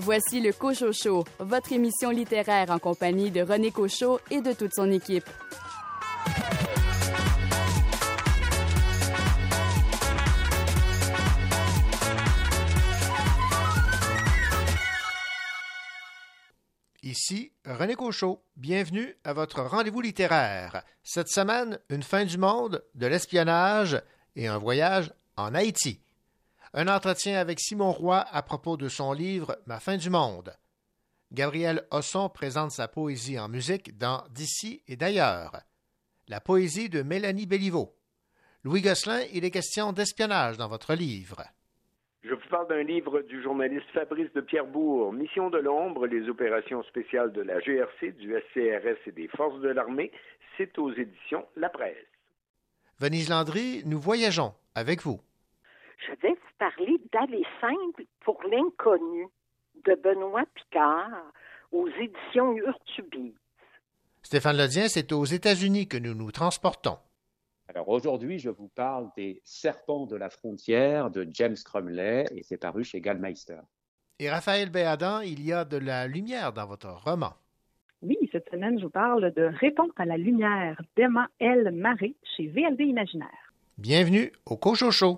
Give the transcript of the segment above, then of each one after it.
Voici le Cochot Show, votre émission littéraire en compagnie de René Cochot et de toute son équipe. Ici René Cochot. Bienvenue à votre rendez-vous littéraire. Cette semaine, une fin du monde, de l'espionnage et un voyage en Haïti. Un entretien avec Simon Roy à propos de son livre « Ma fin du monde ». Gabriel Hosson présente sa poésie en musique dans « D'ici et d'ailleurs ». La poésie de Mélanie Béliveau. Louis Gosselin, il est question d'espionnage dans votre livre. Je vous parle d'un livre du journaliste Fabrice de Pierrebourg, Mission de l'ombre, les opérations spéciales de la GRC, du SCRS et des forces de l'armée. C'est aux éditions La Presse. Venise Landry, nous voyageons avec vous. Je vais vous parler d'Aller simple pour l'inconnu de Benoît Picard aux éditions Urtubise. Stéphane Lodien, c'est aux États-Unis que nous nous transportons. Alors aujourd'hui, je vous parle des Serpents de la frontière de James Crumley et c'est paru chez Gallmeister. Et Raphaël Béadan, il y a de la lumière dans votre roman. Oui, cette semaine, je vous parle de Réponse à la lumière d'Emma L. Maré chez VLD Imaginaire. Bienvenue au Cochot Show.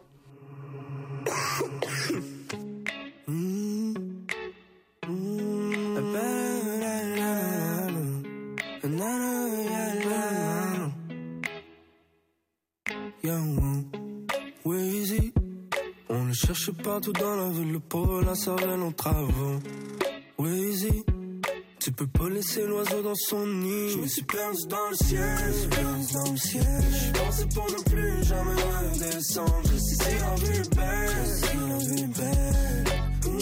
On le cherche partout dans la ville, le pauvre la cervelle en travaux. Weezy, tu peux pas laisser l'oiseau dans son nid. Je me suis perdu dans le ciel, je pensais pour ne plus jamais redescendre. Je sais si la vie est belle,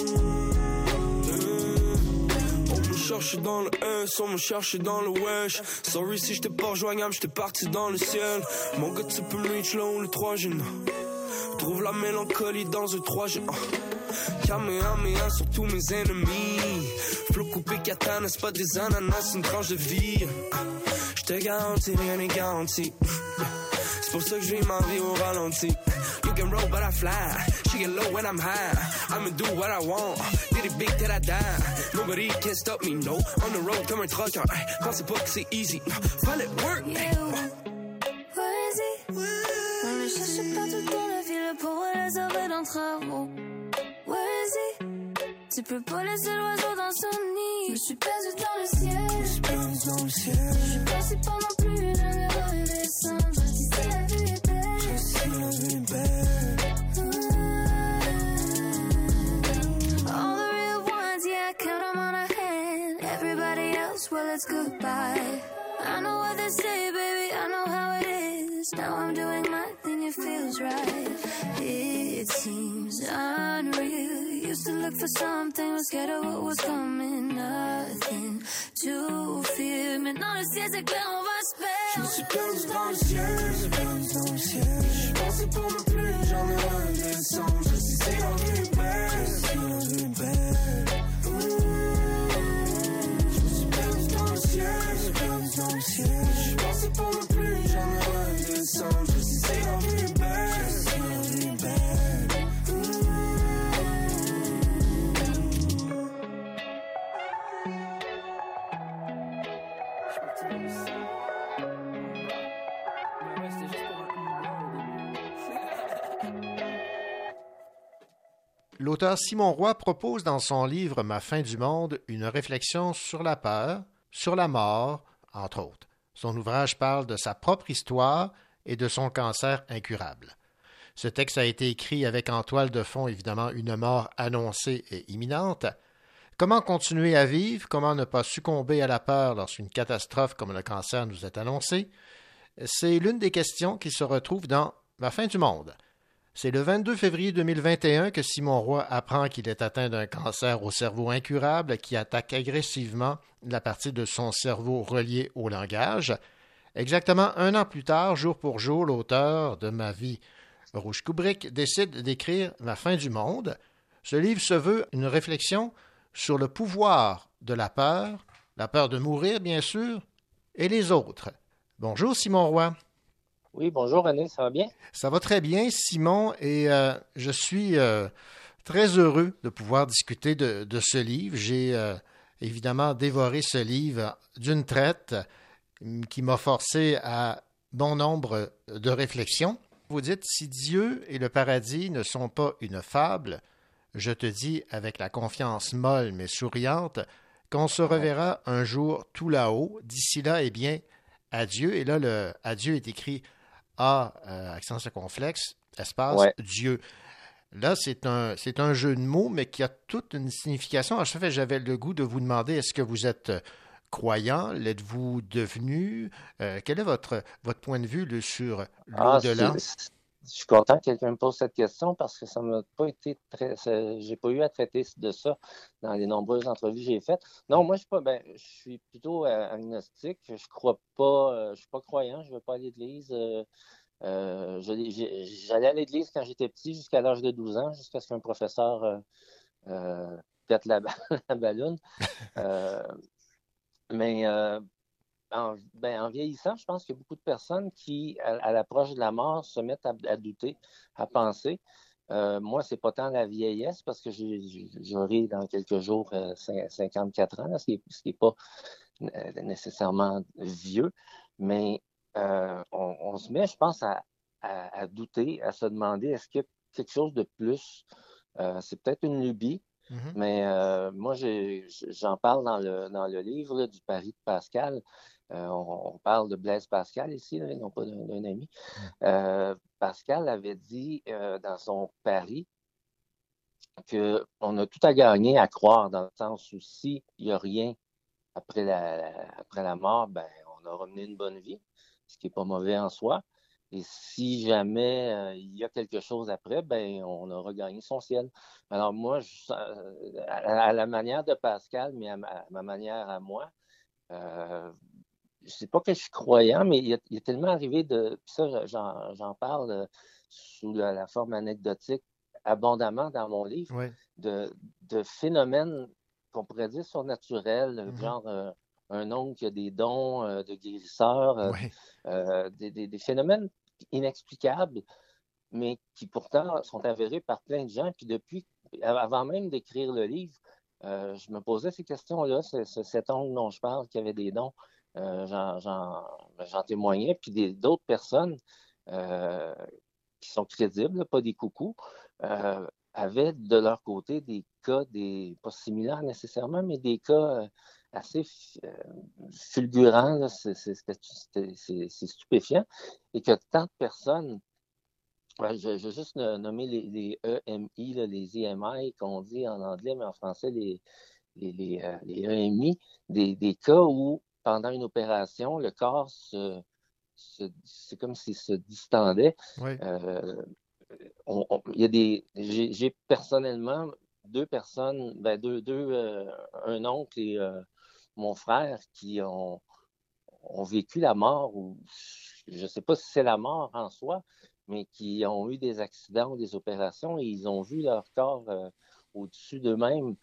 On me cherche dans le S, on me cherche dans le wesh. Sorry si j'étais pas rejoignable, j'étais parti dans le ciel. Mon gars, tu peux me reach là où le 3 G. Trouve la mélancolie dans un 3G. Kamehameha sur tous mes ennemis. Flot coupé katana, c'est pas des ananas, c'est une tranche de vie. J'te garantis, rien n'est garanti. C'est pour ça que je vis ma vie au ralenti. You can roll but I fly. She get low when I'm high. I'ma do what I want. Get it big till I die. Nobody can stop me, no. On the road comme un trucker. Pensez pas que c'est easy. Fallait work. On le cherche partout dans la ville pour les sauver dans travaux. Where is he? Tu peux pas laisser l'oiseau dans son nid. Je suis perdu dans le ciel. Je suis passé pas non plus jamais redescendre. Je dis si la vie est belle. All the real ones, yeah, I count them on a hand. Everybody else, well, it's goodbye. I know what they say, baby, I know how it is. Now I'm doing my thing, it feels right. It seems unreal. Used to look for something, was scared of what was coming. Nothing to fear. Maintenant le ciel c'est clair, on va se perdre. Je me suis perdu dans le ciel, je pensais pour ne plus jamais redescendre. Je sais si la vie est belle, Je me suis perdu dans le ciel, je pensais pour ne plus jamais redescendre. Je sais si la vie est belle. L'auteur Simon Roy propose dans son livre « Ma fin du monde » une réflexion sur la peur, sur la mort, entre autres. Son ouvrage parle de sa propre histoire et de son cancer incurable. Ce texte a été écrit avec en toile de fond, évidemment, une mort annoncée et imminente. Comment continuer à vivre? Comment ne pas succomber à la peur lorsqu'une catastrophe comme le cancer nous est annoncée? C'est l'une des questions qui se retrouve dans « Ma fin du monde ». C'est le 22 février 2021 que Simon Roy apprend qu'il est atteint d'un cancer au cerveau incurable qui attaque agressivement la partie de son cerveau reliée au langage. Exactement un an plus tard, jour pour jour, l'auteur de Ma vie Rouge Kubrick décide d'écrire Ma fin du monde. Ce livre se veut une réflexion sur le pouvoir de la peur de mourir, bien sûr, et les autres. Bonjour Simon Roy. Oui, bonjour René, ça va bien? Ça va très bien, Simon, et je suis très heureux de pouvoir discuter de ce livre. J'ai évidemment dévoré ce livre d'une traite qui m'a forcé à bon nombre de réflexions. Vous dites, si Dieu et le paradis ne sont pas une fable, je te dis avec la confiance molle mais souriante qu'on se reverra un jour tout là-haut. D'ici là, eh bien, adieu. Et là, le adieu est écrit A, accent circonflexe, espace, Dieu. Là, c'est un jeu de mots, mais qui a toute une signification. En fait, j'avais le goût de vous demander, est-ce que vous êtes croyant? L'êtes-vous devenu? Quel est votre point de vue sur l'au-delà? Je suis content que quelqu'un me pose cette question parce que ça m'a pas été j'ai pas eu à traiter de ça dans les nombreuses entrevues que j'ai faites. Non, moi, je suis plutôt agnostique. Je crois pas, je suis pas croyant, je veux pas à l'église. J'allais à l'église quand j'étais petit jusqu'à l'âge de 12 ans, jusqu'à ce qu'un professeur pète la balloune. Mais en vieillissant, je pense qu'il y a beaucoup de personnes qui, à l'approche de la mort, se mettent à douter, à penser. Moi, c'est pas tant la vieillesse, parce que j'aurai dans quelques jours 54 ans, là, ce qui est pas nécessairement vieux, mais on se met, je pense, à douter, à se demander est-ce qu'il y a quelque chose de plus? C'est peut-être une lubie, mais moi, j'en parle dans le livre là, du pari de Pascal. On parle de Blaise Pascal ici, là, non pas d'un ami. Pascal avait dit dans son pari qu'on a tout à gagner à croire, dans le sens où s'il n'y a rien après la mort, ben, on aura mené une bonne vie, ce qui n'est pas mauvais en soi. Et si jamais il y a quelque chose après, ben, on aura gagné son ciel. Alors moi, à la manière de Pascal, mais à ma manière à moi, je sais pas que je suis croyant, mais il est tellement arrivé puis ça, j'en parle sous la forme anecdotique abondamment dans mon livre, de phénomènes qu'on pourrait dire surnaturels, genre un oncle qui a des dons de guérisseur, des phénomènes inexplicables, mais qui pourtant sont avérés par plein de gens. Puis depuis, avant même d'écrire le livre, je me posais ces questions-là. Cet oncle dont je parle, qui avait des dons, j'en témoignais. Puis d'autres personnes qui sont crédibles, pas des coucous, avaient de leur côté des cas, pas similaires nécessairement, mais des cas assez fulgurants. Là, c'est stupéfiant. Et que tant de personnes, je vais juste nommer les EMI, là, les EMI qu'on dit en anglais, mais en français, les EMI, des cas où, pendant une opération, le corps c'est comme s'il se distendait. J'ai personnellement deux personnes, un oncle et mon frère qui ont vécu la mort, ou je ne sais pas si c'est la mort en soi, mais qui ont eu des accidents ou des opérations et ils ont vu leur corps au-dessus d'eux-mêmes.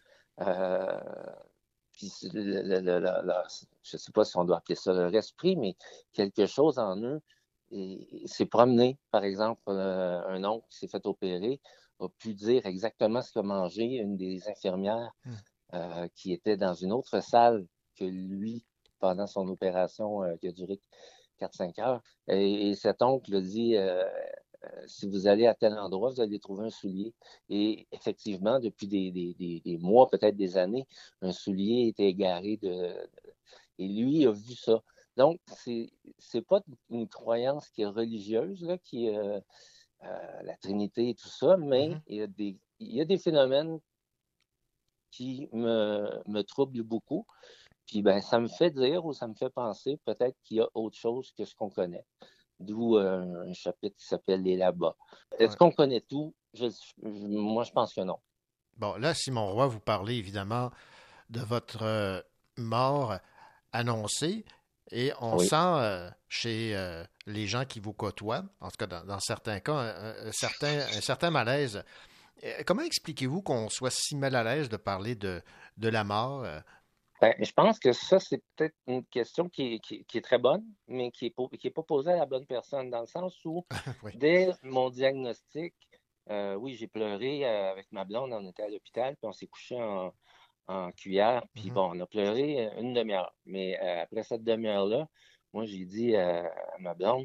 Puis je ne sais pas si on doit appeler ça leur esprit, mais quelque chose en eux s'est promené. Par exemple, un oncle qui s'est fait opérer a pu dire exactement ce qu'a mangé une des infirmières qui était dans une autre salle que lui pendant son opération qui a duré 4-5 heures. Et cet oncle a dit si vous allez à tel endroit, vous allez trouver un soulier. Et effectivement, depuis des mois, peut-être des années, un soulier était égaré et lui a vu ça. Donc, c'est pas une croyance qui est religieuse, là, qui est la Trinité et tout ça, mais il y a des phénomènes qui me troublent beaucoup. Puis, ben, ça me fait dire ou ça me fait penser peut-être qu'il y a autre chose que ce qu'on connaît. D'où un chapitre qui s'appelle Les là-bas. Est-ce qu'on connaît tout? Moi, je pense que non. Bon, là, Simon Roy, vous parlez évidemment de votre mort annoncée et on sent chez les gens qui vous côtoient, en tout cas dans certains cas, un certain malaise. Comment expliquez-vous qu'on soit si mal à l'aise de parler de la mort? Ben, je pense que ça, c'est peut-être une question qui est très bonne, mais qui est pas posée à la bonne personne, dans le sens où, dès mon diagnostic, oui, j'ai pleuré avec ma blonde. On était à l'hôpital, puis on s'est couché en cuillère. Puis bon, on a pleuré une demi-heure. Mais après cette demi-heure-là, moi, j'ai dit à ma blonde,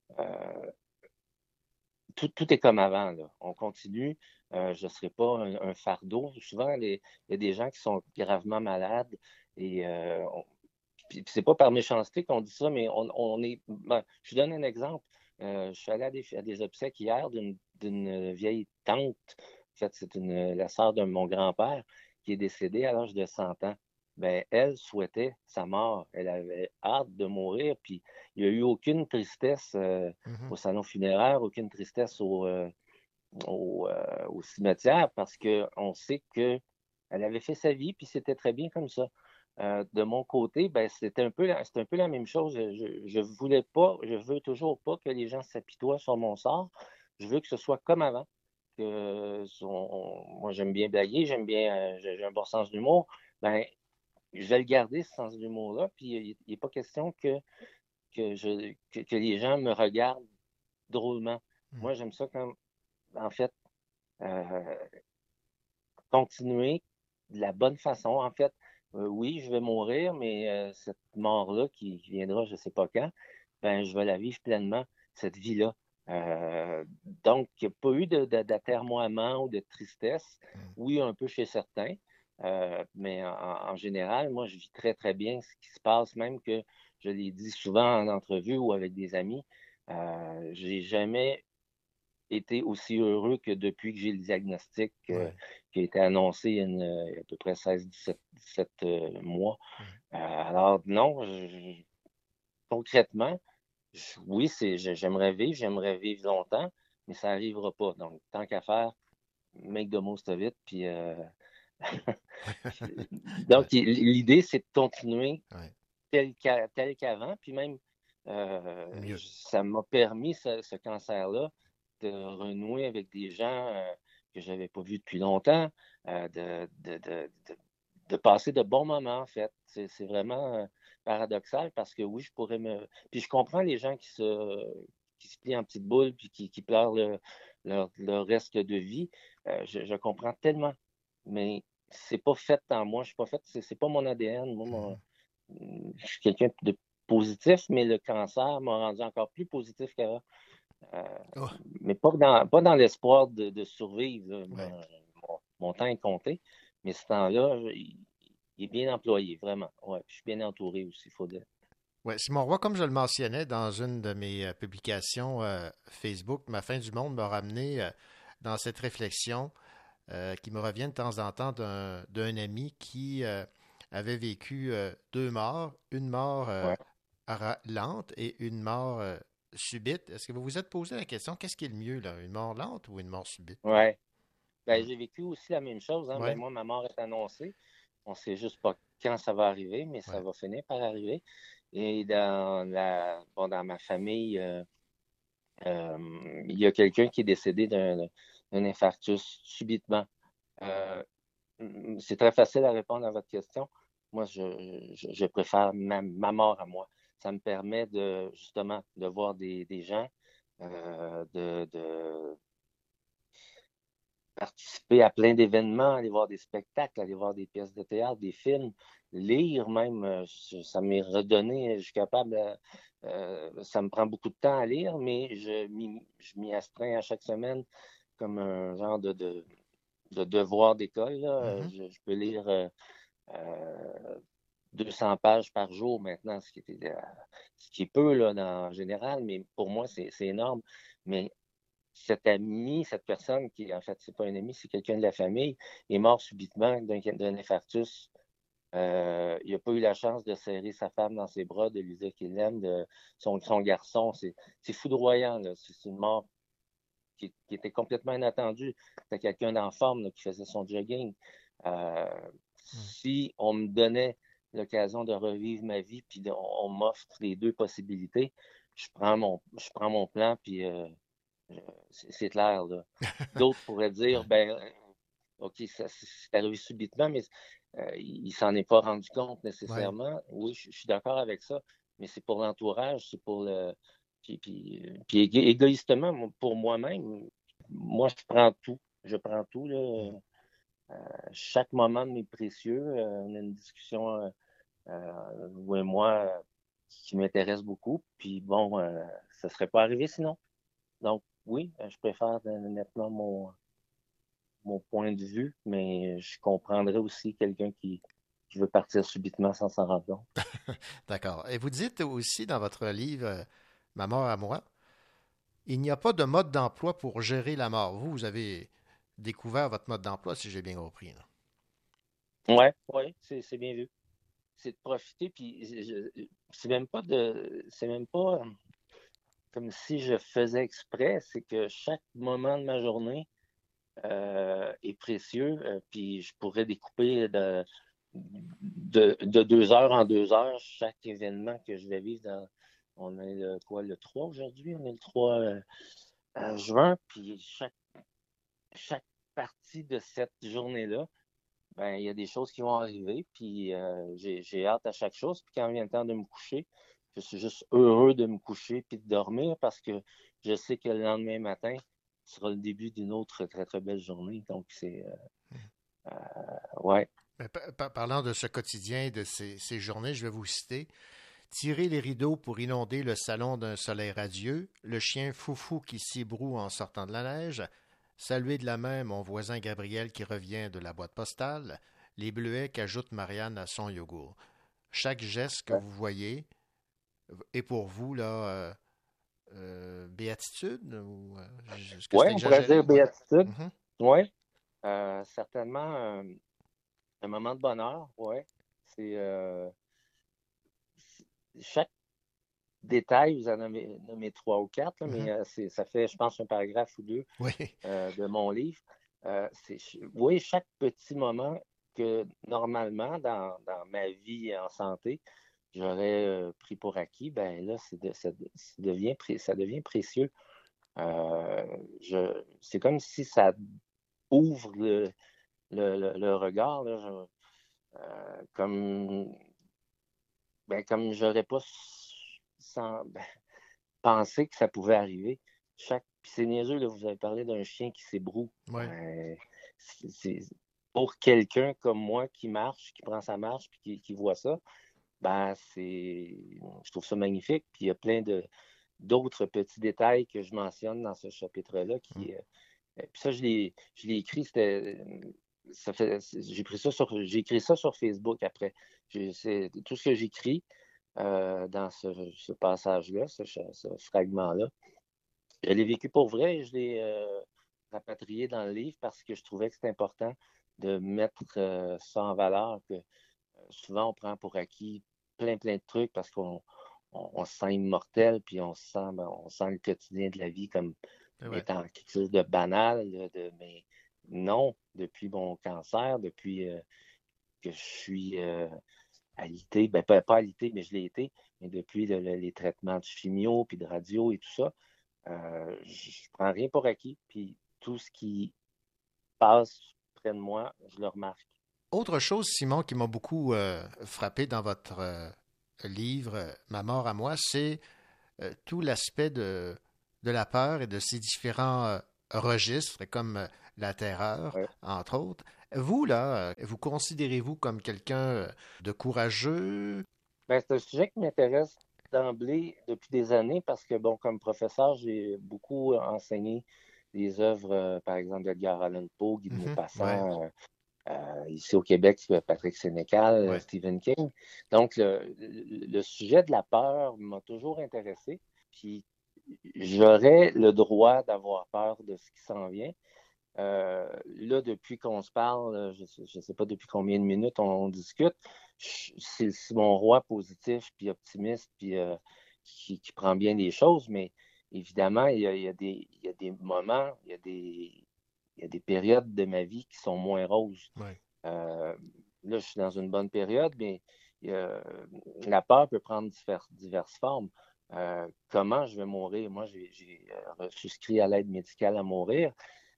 tout est comme avant, là. On continue. Je ne serai pas un fardeau. Souvent, il y a des gens qui sont gravement malades et puis c'est pas par méchanceté qu'on dit ça, mais on est. Ben, je vous donne un exemple. Je suis allé à des obsèques hier d'une vieille tante. En fait, c'est la sœur de mon grand-père qui est décédée à l'âge de 100 ans. Ben, elle souhaitait sa mort. Elle avait hâte de mourir, puis il n'y a eu aucune tristesse au salon funéraire, aucune tristesse au cimetière, parce qu'on sait qu'elle avait fait sa vie, puis c'était très bien comme ça. De mon côté, ben, c'était un peu la même chose. Je veux toujours pas que les gens s'apitoient sur mon sort. Je veux que ce soit comme avant. Moi, j'aime bien blaguer, j'ai un bon sens d'humour. Ben, je vais le garder, ce sens d'humour-là, puis il n'est pas question que les gens me regardent drôlement. Moi, j'aime ça en fait, continuer de la bonne façon. En fait, oui, je vais mourir, mais cette mort-là qui viendra, je ne sais pas quand, ben, je vais la vivre pleinement, cette vie-là. Donc, il n'y a pas eu d'atermoiement ou de tristesse. Oui, un peu chez certains, mais en général, moi, je vis très, très bien ce qui se passe, même que je l'ai dit souvent en entrevue ou avec des amis. Je n'ai jamais été aussi heureux que depuis que j'ai le diagnostic qui a été annoncé il y a à peu près 16-17 mois. Alors, non, concrètement, oui, j'aimerais vivre longtemps, mais ça n'arrivera pas. Donc, tant qu'à faire, make the most of it. Puis, donc, l'idée, c'est de continuer tel qu'avant. Puis même, ça m'a permis, ce cancer-là, de renouer avec des gens que je n'avais pas vus depuis longtemps, de passer de bons moments, en fait. C'est vraiment paradoxal parce que oui, je pourrais Puis je comprends les gens qui se plient en petites boules puis qui pleurent leur reste de vie. Je comprends tellement. Mais c'est pas fait en moi. Je suis pas fait. C'est pas mon ADN. Moi, je suis quelqu'un de positif, mais le cancer m'a rendu encore plus positif qu'avant. Mais pas dans l'espoir de survivre. Mon temps est compté, mais ce temps-là, il est bien employé, vraiment. Ouais, je suis bien entouré aussi, il faut dire. Oui, Simon Roy, comme je le mentionnais dans une de mes publications Facebook, ma fin du monde m'a ramené dans cette réflexion qui me revient de temps en temps d'un ami qui avait vécu 2 morts, une mort lente et une mort subite. Est-ce que vous vous êtes posé la question, qu'est-ce qui est le mieux, là, une mort lente ou une mort subite? Oui. Ben, j'ai vécu aussi la même chose. Hein? Ben, moi, ma mort est annoncée. On ne sait juste pas quand ça va arriver, mais ça va finir par arriver. Et dans ma famille, il y a quelqu'un qui est décédé d'un infarctus subitement. C'est très facile à répondre à votre question. Moi, je préfère ma mort à moi. Ça me permet justement de voir des gens, de participer à plein d'événements, aller voir des spectacles, aller voir des pièces de théâtre, des films, lire même. Ça m'est redonné, je suis capable, ça me prend beaucoup de temps à lire, mais je m'y astreins à chaque semaine comme un genre de devoir d'école. Je peux lire 200 pages par jour maintenant, ce qui est peu là, en général, mais pour moi, c'est énorme. Mais cet ami, cette personne qui, en fait, c'est pas un ami, c'est quelqu'un de la famille, est mort subitement d'un infarctus. Il n'a pas eu la chance de serrer sa femme dans ses bras, de lui dire qu'il l'aime, de son garçon. C'est foudroyant, là. C'est une mort qui était complètement inattendue. C'était quelqu'un d'en forme là, qui faisait son jogging. Si on me donnait l'occasion de revivre ma vie, puis on m'offre les 2 possibilités, je prends mon plan, puis c'est clair, là. D'autres pourraient dire, ben, OK, c'est arrivé subitement, mais il s'en est pas rendu compte nécessairement. Oui, je suis d'accord avec ça, mais c'est pour l'entourage, c'est pour le... Puis égoïstement, pour moi-même, moi, je prends tout. Je prends tout, là. Chaque moment m'est précieux. On a une discussion, vous et moi, qui m'intéresse beaucoup. Puis bon, ça ne serait pas arrivé sinon. Donc, oui, je préfère nettement mon point de vue, mais je comprendrais aussi quelqu'un qui veut partir subitement sans s'en rendre compte. D'accord. Et vous dites aussi dans votre livre Ma mort à moi, il n'y a pas de mode d'emploi pour gérer la mort. Vous avez découvert votre mode d'emploi, si j'ai bien compris. Oui, c'est bien vu. C'est de profiter, puis c'est même pas comme si je faisais exprès, c'est que chaque moment de ma journée est précieux, puis je pourrais découper de 2 heures en 2 heures chaque événement que je vais vivre. On est le 3 aujourd'hui, on est le 3 juin, puis chaque partie de cette journée-là, ben il y a des choses qui vont arriver, puis j'ai hâte à chaque chose, puis quand vient le temps de me coucher, je suis juste heureux de me coucher puis de dormir parce que je sais que le lendemain matin sera le début d'une autre très, très belle journée. Donc, c'est... ouais. Parlant de ce quotidien, de ces journées, je vais vous citer. Tirer les rideaux pour inonder le salon d'un soleil radieux, le chien Foufou qui s'ébroue en sortant de la neige, saluer de la main mon voisin Gabriel qui revient de la boîte postale, les bleuets qu'ajoute Marianne à son yogourt. Chaque geste que vous voyez est pour vous, là, béatitude? Oui, on pourrait dire béatitude. Mm-hmm. Oui, certainement un moment de bonheur, oui. C'est chaque détail, vous en avez nommé 3 ou 4, là, mais ça fait, je pense, un paragraphe ou 2 de mon livre. Oui, chaque petit moment que normalement, dans ma vie en santé, j'aurais pris pour acquis, ben là, ça devient précieux. C'est comme si ça ouvre le regard, là, comme j'aurais pas pensé que ça pouvait arriver. Puis c'est niaiseux, là, vous avez parlé d'un chien qui s'ébroue. Ouais. C'est pour quelqu'un comme moi qui marche, qui prend sa marche puis qui voit ça, ben je trouve ça magnifique. Puis il y a plein d'autres petits détails que je mentionne dans ce chapitre-là puis ça, je l'ai écrit, j'ai écrit ça sur Facebook après. C'est tout ce que j'écris dans ce passage-là, ce fragment-là. Je l'ai vécu pour vrai et je l'ai rapatrié dans le livre parce que je trouvais que c'était important de mettre ça en valeur, que souvent on prend pour acquis plein de trucs parce qu'on se sent immortel, puis on sent le quotidien de la vie comme étant quelque chose de banal, mais non, depuis mon cancer, depuis que je suis alité, pas alité, mais je l'ai été, mais depuis les traitements de chimio, puis de radio et tout ça, je prends rien pour acquis, puis tout ce qui passe près de moi, je le remarque. Autre chose, Simon, qui m'a beaucoup frappé dans votre livre Ma mort à moi, c'est tout l'aspect de la peur et de ses différents registres, comme la terreur, entre autres. Vous, là, vous considérez-vous comme quelqu'un de courageux? C'est un sujet qui m'intéresse d'emblée depuis des années parce que, comme professeur, j'ai beaucoup enseigné des œuvres, par exemple, d'Edgar Allan Poe, Guy de Maupassant, ici au Québec, Patrick Sénécal, Stephen King. Donc, le sujet de la peur m'a toujours intéressé. Puis, j'aurais le droit d'avoir peur de ce qui s'en vient. Là, depuis qu'on se parle, je ne sais pas depuis combien de minutes on discute, c'est mon roi positif, puis optimiste, puis qui prend bien les choses, mais évidemment, il y a des moments, il y a des périodes de ma vie qui sont moins roses. Là, je suis dans une bonne période, mais la peur peut prendre diverses formes. Comment je vais mourir? Moi, j'ai souscrit à l'aide médicale à mourir.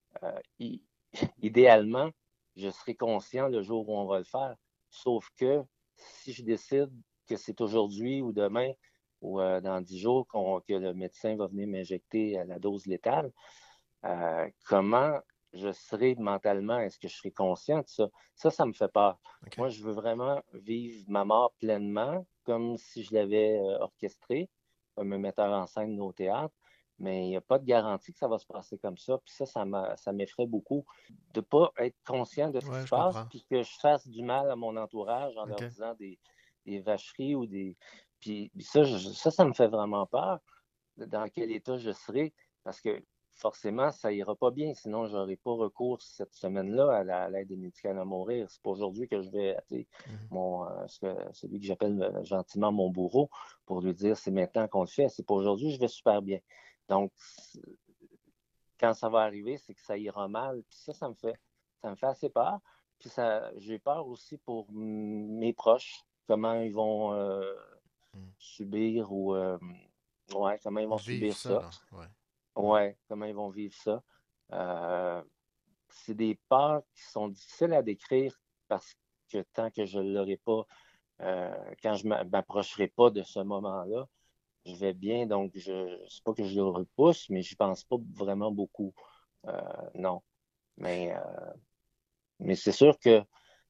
Idéalement, je serai conscient le jour où on va le faire. Sauf que si je décide que c'est aujourd'hui ou demain ou dans 10 jours que le médecin va venir m'injecter la dose létale, comment je serai mentalement? Est-ce que je serai conscient de ça? Ça me fait peur. Okay. Moi, je veux vraiment vivre ma mort pleinement, comme si je l'avais orchestrée, comme un metteur en scène au théâtre. Mais il n'y a pas de garantie que ça va se passer comme ça. Puis ça m'effraie beaucoup de ne pas être conscient de ce qui se passe, puis que je fasse du mal à mon entourage en leur disant des vacheries ou des... Puis ça me fait vraiment peur. Dans quel état je serai, parce que forcément, ça ira pas bien, sinon je n'aurai pas recours cette semaine-là à l'aide médicale à mourir. C'est pas aujourd'hui que je vais appeler celui que j'appelle gentiment mon bourreau pour lui dire c'est maintenant qu'on le fait. C'est pas aujourd'hui, je vais super bien. Donc, quand ça va arriver, c'est que ça ira mal. Puis ça me fait assez peur. Puis j'ai peur aussi pour mes proches, comment ils vont subir ou comment ils vont subir ça. Comment ils vont vivre ça. C'est des peurs qui sont difficiles à décrire parce que tant que je ne l'aurai pas, quand je ne m'approcherai pas de ce moment-là, je vais bien. Donc, c'est pas que je le repousse, mais je pense pas vraiment beaucoup. Non. Mais c'est sûr que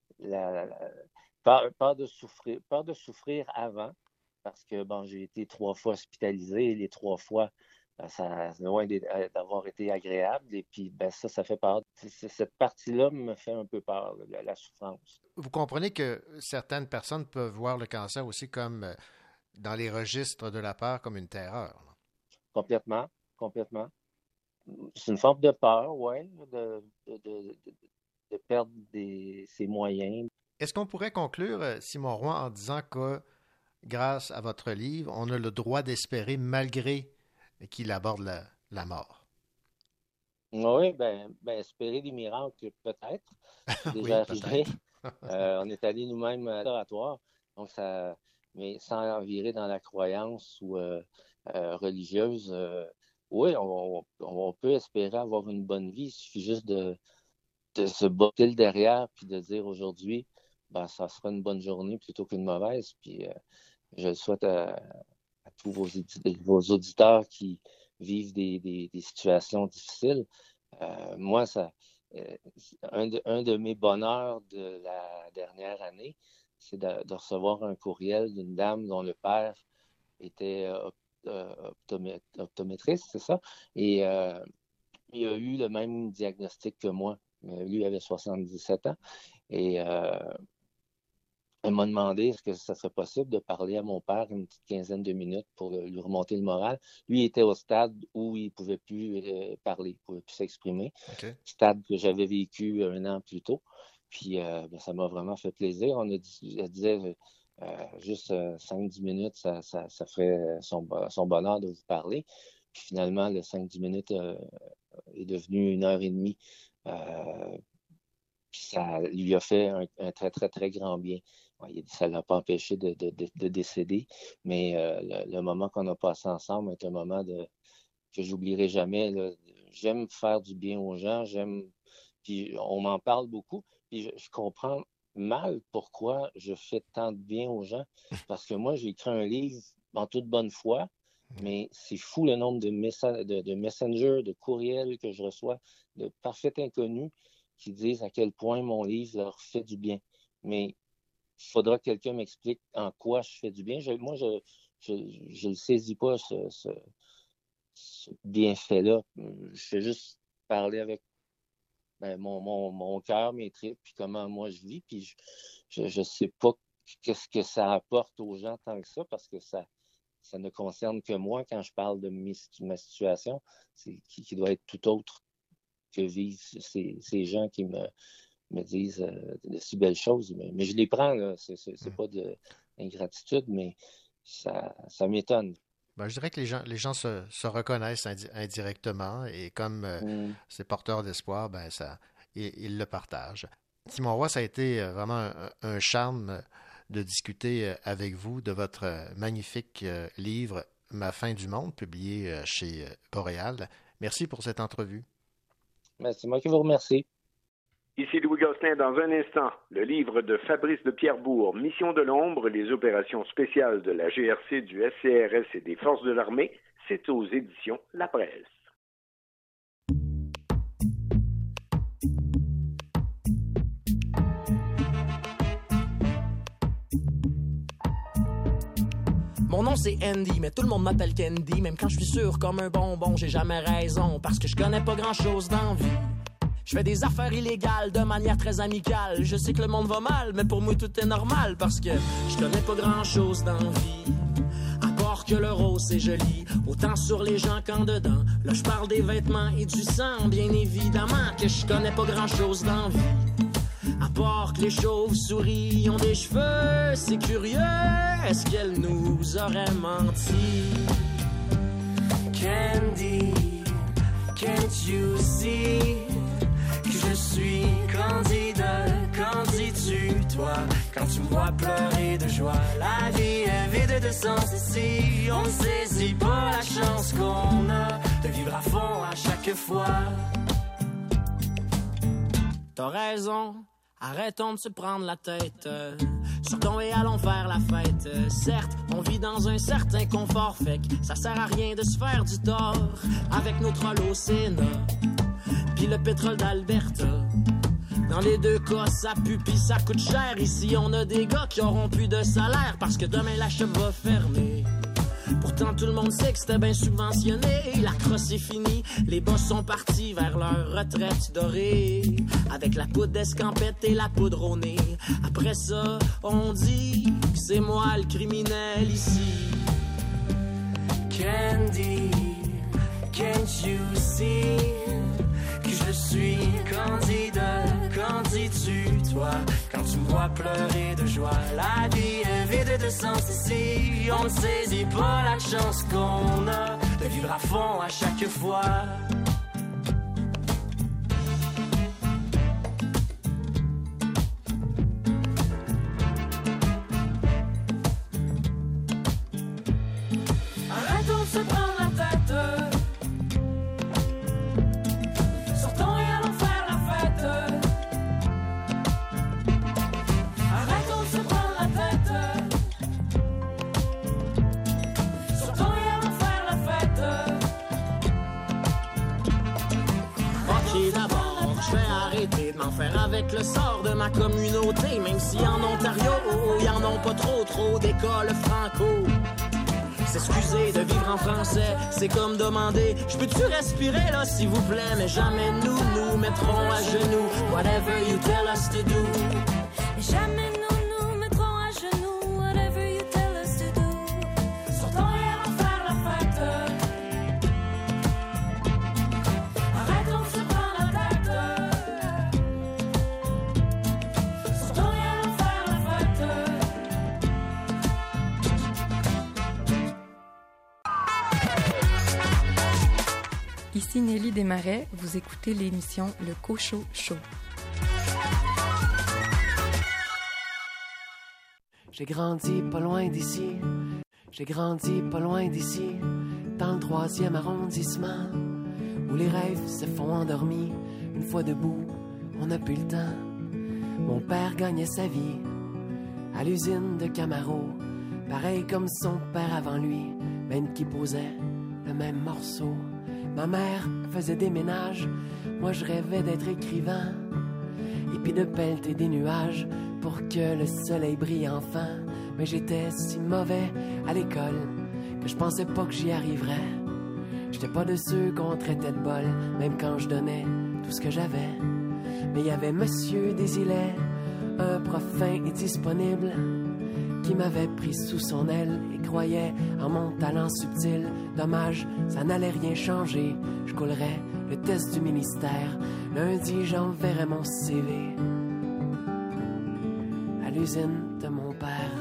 peur de souffrir avant, parce que j'ai été 3 fois hospitalisé et les 3 fois, ça loin d'avoir été agréable. Et puis, ça fait peur. Cette partie-là me fait un peu peur, la souffrance. Vous comprenez que certaines personnes peuvent voir le cancer aussi comme, dans les registres de la peur, comme une terreur. Complètement. C'est une forme de peur, oui, de perdre ses moyens. Est-ce qu'on pourrait conclure, Simon Roy, en disant que grâce à votre livre, on a le droit d'espérer malgré qu'il aborde la mort? Oui, espérer des miracles, peut-être. C'est déjà arrivé. On est allé nous-mêmes à l'oratoire, donc mais sans virer dans la croyance ou religieuse. Oui, on peut espérer avoir une bonne vie. Il suffit juste de se botter le derrière puis de dire aujourd'hui, ça sera une bonne journée plutôt qu'une mauvaise. Puis je le souhaite à tous vos auditeurs qui vivent des situations difficiles. Moi, un de mes bonheurs de la dernière année, c'est de recevoir un courriel d'une dame dont le père était optométriste, c'est ça? Et il a eu le même diagnostic que moi. Lui avait 77 ans. Et elle m'a demandé est-ce que ça serait possible de parler à mon père une petite quinzaine de minutes pour lui remonter le moral. Lui, il était au stade où il ne pouvait plus parler, il ne pouvait plus s'exprimer. Okay. Stade que j'avais vécu 1 an plus tôt. Puis, ça m'a vraiment fait plaisir. Elle disait juste 5-10 minutes, ça ferait son bonheur de vous parler. Puis finalement, le 5-10 minutes est devenu 1h30. Puis ça lui a fait un très, très, très grand bien. Ça ne l'a pas empêché de décéder, mais le moment qu'on a passé ensemble est un moment que j'oublierai jamais. Là. J'aime faire du bien aux gens, puis on m'en parle beaucoup, puis je comprends mal pourquoi je fais tant de bien aux gens, parce que moi, j'ai écrit un livre en toute bonne foi, mais c'est fou le nombre de messengers, de courriels que je reçois, de parfaits inconnus qui disent à quel point mon livre leur fait du bien. Mais il faudra que quelqu'un m'explique en quoi je fais du bien. Moi, je ne saisis pas ce bienfait-là. Je fais juste parler avec mon cœur, mes tripes, puis comment moi je vis. Puis je ne sais pas qu'est-ce que ça apporte aux gens tant que ça, parce que ça ne concerne que moi quand je parle de ma situation, qui doit être tout autre que vivent ces gens qui me disent de si belles choses. Mais je les prends, là. C'est pas d'ingratitude, mais ça m'étonne. Je dirais que les gens se reconnaissent indirectement et comme c'est porteur d'espoir, ils le partagent. Simon Roy, ça a été vraiment un charme de discuter avec vous de votre magnifique livre « Ma fin du monde », publié chez Boréal. Merci pour cette entrevue. C'est moi qui vous remercie. Ici Louis Gosselin, dans un instant, le livre de Fabrice de Pierrebourg, Mission de l'ombre, les opérations spéciales de la GRC, du SCRS et des forces de l'armée, c'est aux éditions La Presse. Mon nom c'est Andy, mais tout le monde m'appelle Candy. Même quand je suis sûr comme un bonbon, j'ai jamais raison, parce que je connais pas grand chose dans vie. Je fais des affaires illégales de manière très amicale. Je sais que le monde va mal, mais pour moi tout est normal, parce que je connais pas grand chose dans vie. À part que le rose c'est joli, autant sur les gens qu'en dedans. Là je parle des vêtements et du sang, bien évidemment que je connais pas grand chose dans vie. À part que les chauves-souris ont des cheveux, c'est curieux, est-ce qu'elle nous aurait menti? Candy, can't you see que je suis Candide, qu'en dis-tu, toi? Quand tu me vois pleurer de joie, la vie est vide de sens ici. On ne saisit pas la chance qu'on a de vivre à fond à chaque fois. T'as raison, arrêtons de se prendre la tête. Sortons et allons faire la fête. Certes, on vit dans un certain confort, fait que ça sert à rien de se faire du tort avec nos trolls au Sénat, pis le pétrole d'Alberta. Dans les deux cas, ça pue pis ça coûte cher. Ici, on a des gars qui auront plus de salaire parce que demain la shop va fermer. Pourtant, tout le monde sait que c'était bien subventionné. La crosse est finie, les boss sont partis vers leur retraite dorée, avec la poudre d'escampette et la poudre au nez. Après ça, on dit que c'est moi le criminel ici. Candy, can't you see que je suis Candide, qu'en dis-tu, toi? Quand tu me vois pleurer de joie, la vie est vide de sens ici. On ne saisit pas la chance qu'on a de vivre à fond à chaque fois. Arrêtons de se prendre la tête. Faire avec le sort de ma communauté, même si en Ontario, y en ont pas trop d'écoles franco. S'excuser de vivre en français, c'est comme demander je peux-tu respirer là s'il vous plaît, mais jamais nous mettrons à genoux. Whatever you tell us to do. Et jamais nous mettrons à genoux. Whatever you tell us to do. Sortons et allons faire la fête. Arrêtons de se prendre la tête. Ici Nelly Desmarais, vous écoutez l'émission Le Cochot Show. J'ai grandi pas loin d'ici, dans le 3e arrondissement, où les rêves se font endormis. Une fois debout, on n'a plus le temps. Mon père gagnait sa vie à l'usine de Camaro, pareil comme son père avant lui, même qui posait le même morceau. Ma mère faisait des ménages, moi je rêvais d'être écrivain, et puis de pelleter des nuages pour que le soleil brille enfin. Mais j'étais si mauvais à l'école que je pensais pas que j'y arriverais. J'étais pas de ceux qu'on traitait de bol, même quand je donnais tout ce que j'avais. Mais il y avait Monsieur Desilets, un prof fin et disponible, qui m'avait pris sous son aile et croyait en mon talent subtil. Dommage, ça n'allait rien changer. Je coulerais le test du ministère. Lundi, j'enverrais mon CV à l'usine de mon père.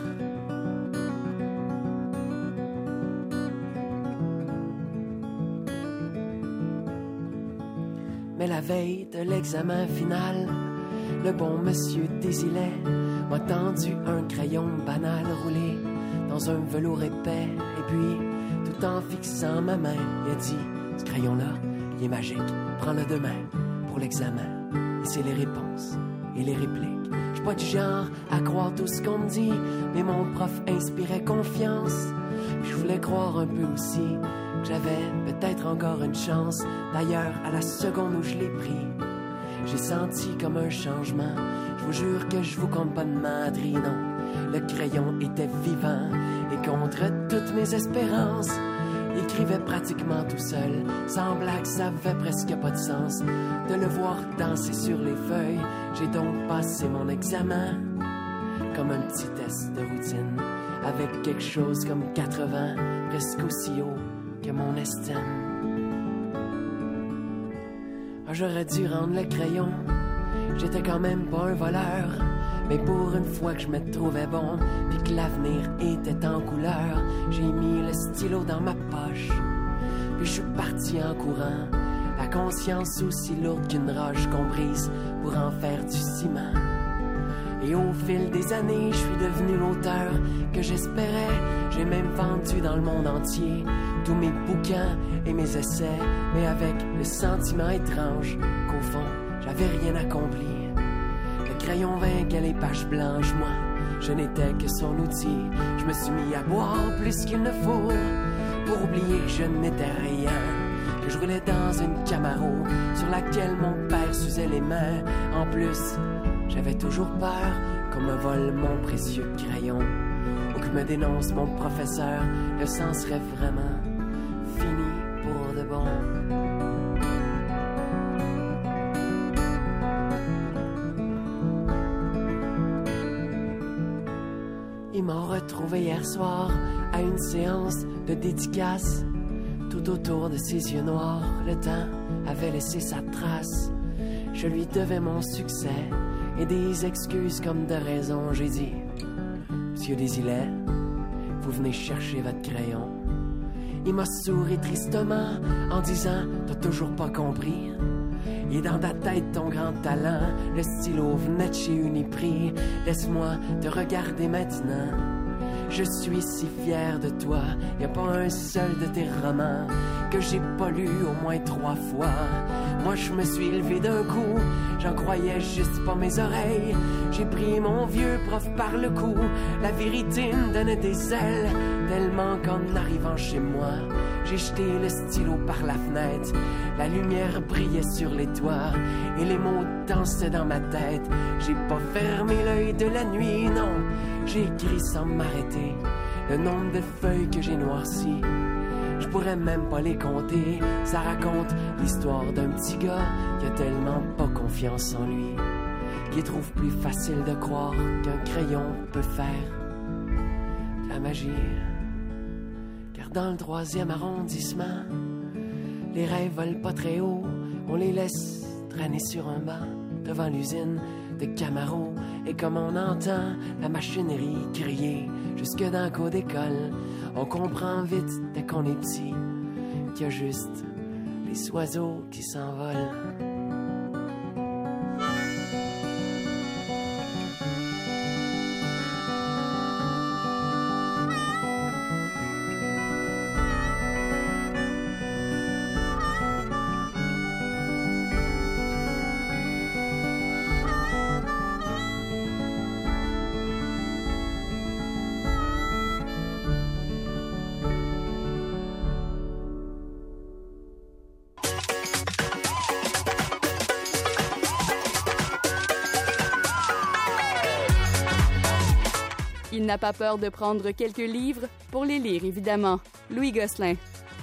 Mais la veille de l'examen final, le bon Monsieur Desilets m'a tendu un crayon banal roulé dans un velours épais. Et puis, tout en fixant ma main, il a dit « Ce crayon-là, il est magique, prends-le demain pour l'examen. » Et c'est les réponses et les répliques. Je suis pas du genre à croire tout ce qu'on me dit, mais mon prof inspirait confiance. Puis je voulais croire un peu aussi que j'avais peut-être encore une chance. D'ailleurs, à la seconde où je l'ai pris, j'ai senti comme un changement. Je vous jure que je vous compte pas de menterie, non. Le crayon était vivant et contre toute toutes mes espérances. Il écrivait pratiquement tout seul, sans blague, ça avait presque pas de sens de le voir danser sur les feuilles. J'ai donc passé mon examen comme un petit test de routine, avec quelque chose comme 80, presque aussi haut que mon estime. Ah, j'aurais dû rendre le crayon, j'étais quand même pas un voleur, mais pour une fois que je me trouvais bon, puis que l'avenir était en couleur, j'ai mis le stylo dans ma poche, puis je suis parti en courant, la conscience aussi lourde qu'une roche qu'on brise pour en faire du ciment. Et au fil des années, je suis devenu l'auteur que j'espérais. J'ai même vendu dans le monde entier tous mes bouquins et mes essais, mais avec le sentiment étrange qu'au fond, j'avais rien accompli. Le crayon vainquait les pages blanches, moi, je n'étais que son outil. Je me suis mis à boire plus qu'il ne faut pour oublier que je n'étais rien, que je roulais dans une Camaro sur laquelle mon père s'usait les mains. En plus, j'avais toujours peur qu'on me vole mon précieux crayon ou que me dénonce mon professeur. Le sang serait vraiment fini pour de bon. Ils m'ont retrouvé hier soir à une séance de dédicace. Tout autour de ses yeux noirs, le temps avait laissé sa trace. Je lui devais mon succès et des excuses comme de raison. J'ai dit, Monsieur Desilets, vous venez chercher votre crayon. Il m'a souri tristement en disant, t'as toujours pas compris. Il est dans ta tête ton grand talent, le stylo venait de chez Uniprix. Laisse-moi te regarder maintenant. Je suis si fier de toi, y a pas un seul de tes romans que j'ai pas lu au moins 3 fois. Moi je me suis levé d'un coup, j'en croyais juste pas mes oreilles. J'ai pris mon vieux prof par le cou, la vérité me donnait des ailes. Tellement qu'en arrivant chez moi, j'ai jeté le stylo par la fenêtre. La lumière brillait sur les toits et les mots dansaient dans ma tête. J'ai pas fermé l'œil de la nuit, non, j'ai écrit sans m'arrêter le nombre de feuilles que j'ai noircies. Je pourrais même pas les compter. Ça raconte l'histoire d'un petit gars qui a tellement pas confiance en lui, qui trouve plus facile de croire qu'un crayon peut faire de la magie. Car dans le 3e arrondissement, les rêves volent pas très haut. On les laisse traîner sur un banc devant l'usine de Camaro. Et comme on entend la machinerie crier jusque dans le cours d'école, on comprend vite dès qu'on est petit qu'il y a juste les oiseaux qui s'envolent. Il n'a pas peur de prendre quelques livres pour les lire, évidemment. Louis Gosselin.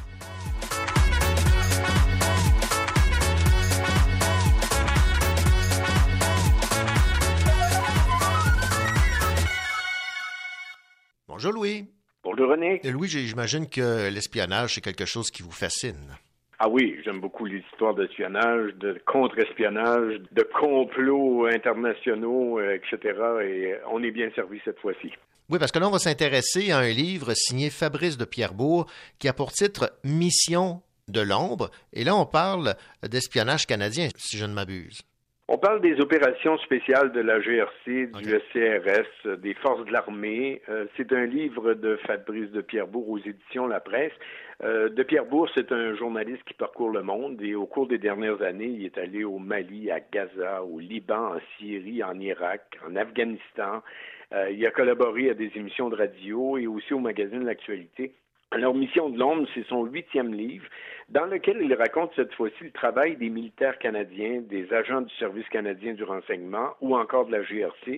Bonjour Louis. Bonjour René. Louis, j'imagine que l'espionnage, c'est quelque chose qui vous fascine. Ah oui, j'aime beaucoup les histoires d'espionnage, de contre-espionnage, de complots internationaux, etc. Et on est bien servi cette fois-ci. Oui, parce que là, on va s'intéresser à un livre signé Fabrice de Pierrebourg qui a pour titre « Mission de l'ombre ». Et là, on parle d'espionnage canadien, si je ne m'abuse. On parle des opérations spéciales de la GRC, du SCRS, des forces de l'armée. C'est un livre de Fabrice de Pierrebourg aux éditions La Presse. De Pierrebourg, c'est un journaliste qui parcourt le monde et au cours des dernières années, il est allé au Mali, à Gaza, au Liban, en Syrie, en Irak, en Afghanistan. Il a collaboré à des émissions de radio et aussi au magazine L'Actualité. Alors, Mission de l'ombre, c'est son 8e livre, dans lequel il raconte cette fois-ci le travail des militaires canadiens, des agents du Service canadien du renseignement ou encore de la GRC.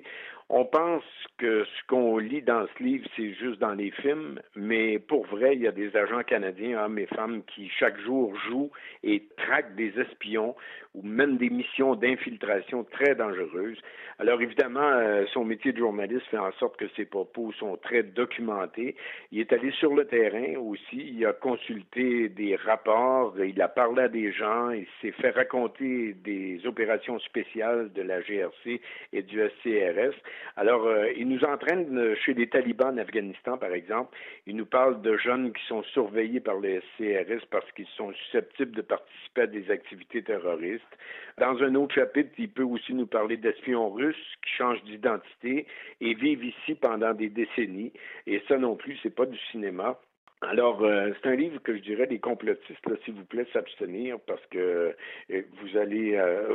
On pense que ce qu'on lit dans ce livre, c'est juste dans les films, mais pour vrai, il y a des agents canadiens, hommes et femmes, qui chaque jour jouent et traquent des espions ou mènent des missions d'infiltration très dangereuses. Alors évidemment, son métier de journaliste fait en sorte que ses propos sont très documentés. Il est allé sur le terrain aussi, il a consulté des rapports, il a parlé à des gens, il s'est fait raconter des opérations spéciales de la GRC et du SCRS. Alors, il nous entraîne chez les talibans en Afghanistan, par exemple. Il nous parle de jeunes qui sont surveillés par le SCRS parce qu'ils sont susceptibles de participer à des activités terroristes. Dans un autre chapitre, il peut aussi nous parler d'espions russes qui changent d'identité et vivent ici pendant des décennies. Et ça non plus, c'est pas du cinéma. Alors, c'est un livre que je dirais des complotistes, là, s'il vous plaît, s'abstenir parce que vous allez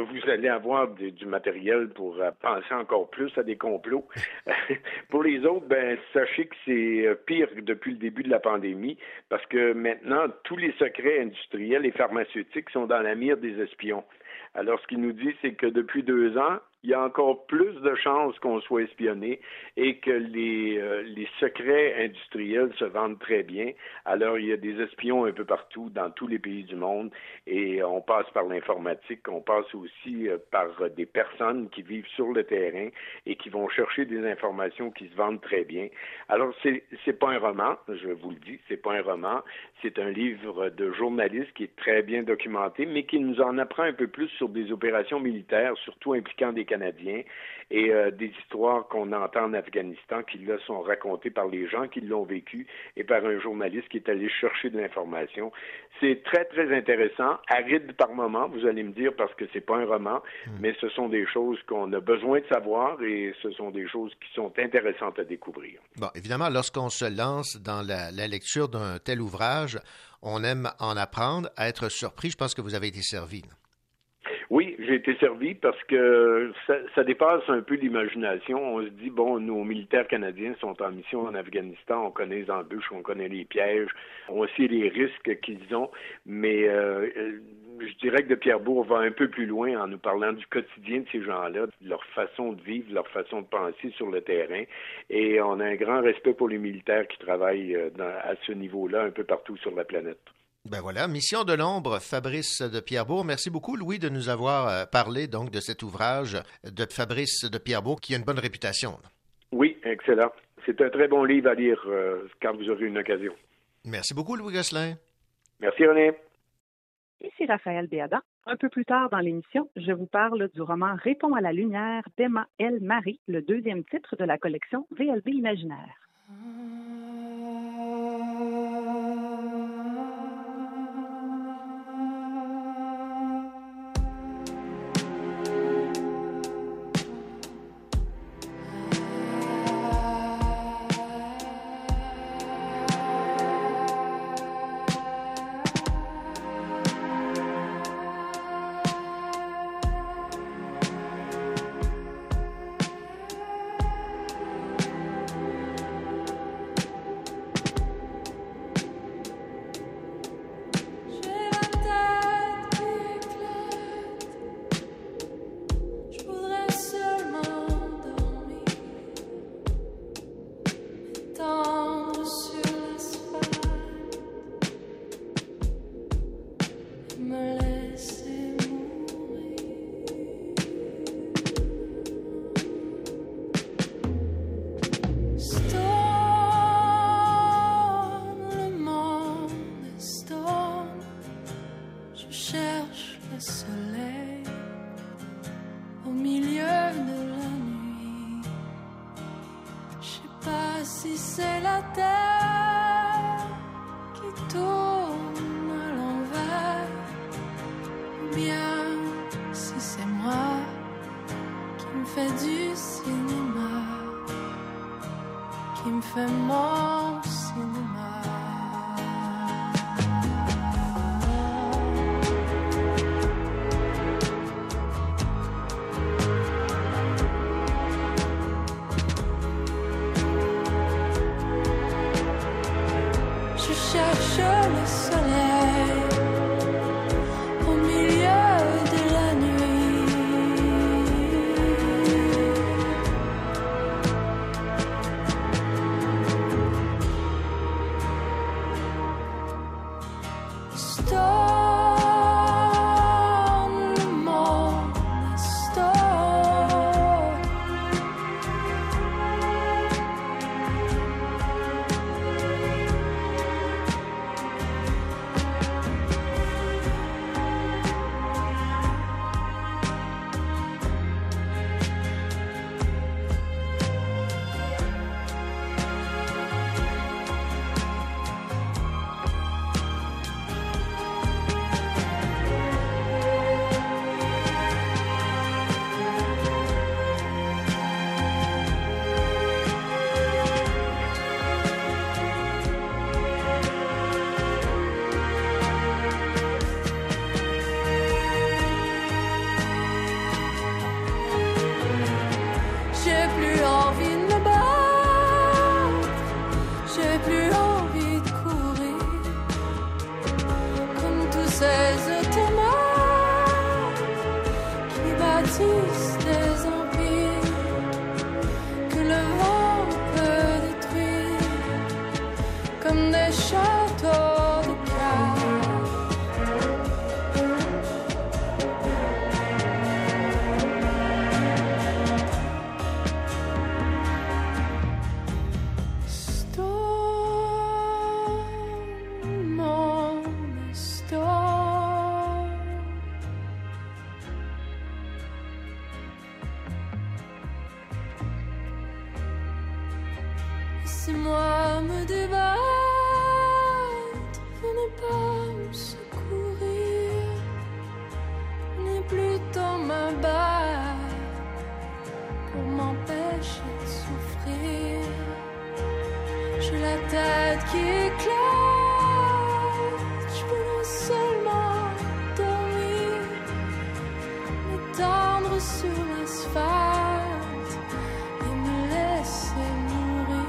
avoir du matériel pour penser encore plus à des complots. Pour les autres, sachez que c'est pire depuis le début de la pandémie parce que maintenant, tous les secrets industriels et pharmaceutiques sont dans la mire des espions. Alors, ce qu'il nous dit, c'est que depuis 2 ans, il y a encore plus de chances qu'on soit espionné et que les secrets industriels se vendent très bien. Alors, il y a des espions un peu partout, dans tous les pays du monde, et on passe par l'informatique, on passe aussi par des personnes qui vivent sur le terrain et qui vont chercher des informations qui se vendent très bien. Alors, c'est pas un roman, je vous le dis, c'est pas un roman, c'est un livre de journaliste qui est très bien documenté, mais qui nous en apprend un peu plus sur des opérations militaires, surtout impliquant des Canadiens, et des histoires qu'on entend en Afghanistan qui là sont racontées par les gens qui l'ont vécu et par un journaliste qui est allé chercher de l'information. C'est très, très intéressant, aride par moments, vous allez me dire, parce que c'est pas un roman, mais ce sont des choses qu'on a besoin de savoir et ce sont des choses qui sont intéressantes à découvrir. Bon, évidemment, lorsqu'on se lance dans la lecture d'un tel ouvrage, on aime en apprendre, à être surpris. Je pense que vous avez été servi. Oui, j'ai été servi parce que ça dépasse un peu l'imagination. On se dit, bon, nos militaires canadiens sont en mission en Afghanistan, on connaît les embûches, on connaît les pièges, on sait les risques qu'ils ont, mais je dirais que de Pierrebourg va un peu plus loin en nous parlant du quotidien de ces gens-là, de leur façon de vivre, leur façon de penser sur le terrain, et on a un grand respect pour les militaires qui travaillent à ce niveau-là un peu partout sur la planète. Ben voilà, Mission de l'ombre, Fabrice de Pierrebourg. Merci beaucoup, Louis, de nous avoir parlé donc de cet ouvrage de Fabrice de Pierrebourg qui a une bonne réputation. Oui, excellent. C'est un très bon livre à lire quand vous aurez une occasion. Merci beaucoup, Louis Gosselin. Merci, René. Ici Raphaël Béadan. Un peu plus tard dans l'émission, je vous parle du roman Réponds à la lumière d'Emma L. Marie, le 2e titre de la collection VLB Imaginaire. j'ai plus envie de courir comme tous ces automates qui bâtissent des empires que le vent peut détruire comme des châteaux de cartes. Laissez-moi me débattre, venez pas me secourir, venez plutôt me battre pour m'empêcher de souffrir. J'ai la tête qui éclate, je voudrais seulement dormir, m'étendre sur l'asphalte et me laisser mourir.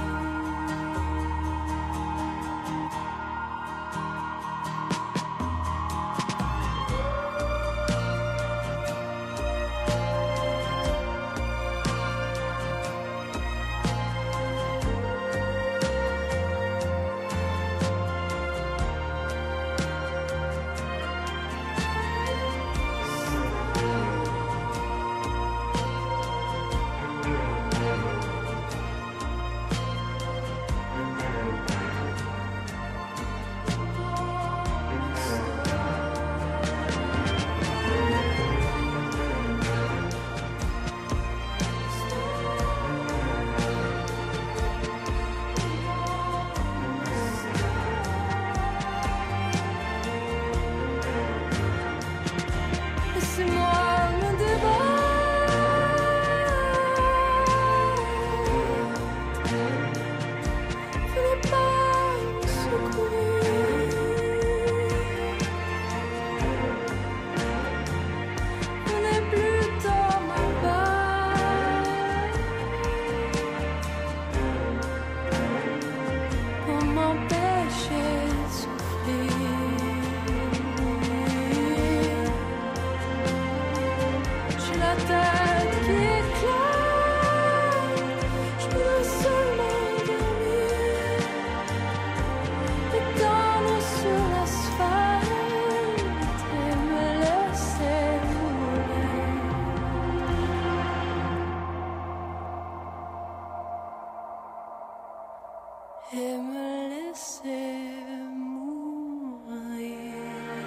Et me laisser mourir.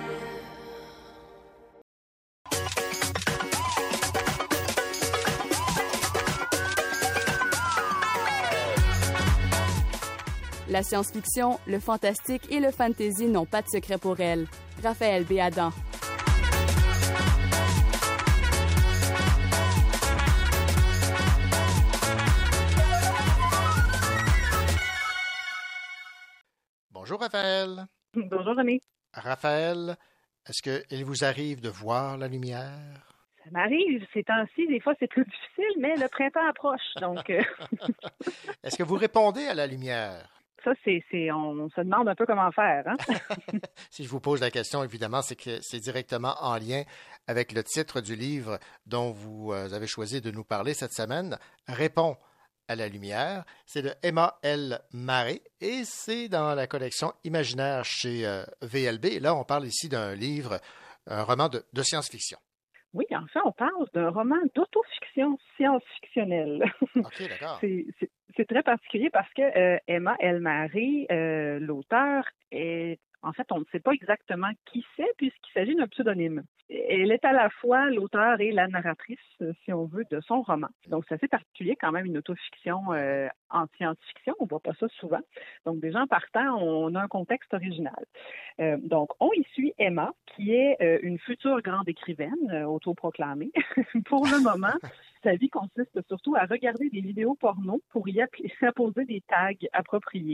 La science-fiction, le fantastique et le fantasy n'ont pas de secret pour elle. Raphaël Béadan. Bonjour Raphaël. Bonjour René. Raphaël, est-ce qu'il vous arrive de voir la lumière? Ça m'arrive, ces temps-ci, des fois c'est plus difficile, mais le printemps approche, donc... Est-ce que vous répondez à la lumière? Ça, on se demande un peu comment faire. Hein? Si je vous pose la question, évidemment, c'est que c'est directement en lien avec le titre du livre dont vous avez choisi de nous parler cette semaine, Réponds à la lumière. C'est de Emma L. Maré et c'est dans la collection Imaginaire chez VLB. Et là, on parle ici d'un livre, un roman de science-fiction. Oui, en fait, on parle d'un roman d'autofiction science-fictionnelle. OK, d'accord. C'est très particulier parce que Emma L. Maré, l'auteur, en fait, on ne sait pas exactement qui c'est puisqu'il s'agit d'un pseudonyme. Elle est à la fois l'auteur et la narratrice, si on veut, de son roman. Donc, c'est assez particulier quand même, une autofiction en science-fiction. On ne voit pas ça souvent. Donc, déjà, en partant, on a un contexte original. Donc, on y suit Emma, qui est une future grande écrivaine, autoproclamée. Pour le moment, sa vie consiste surtout à regarder des vidéos porno pour y apposer des tags appropriés.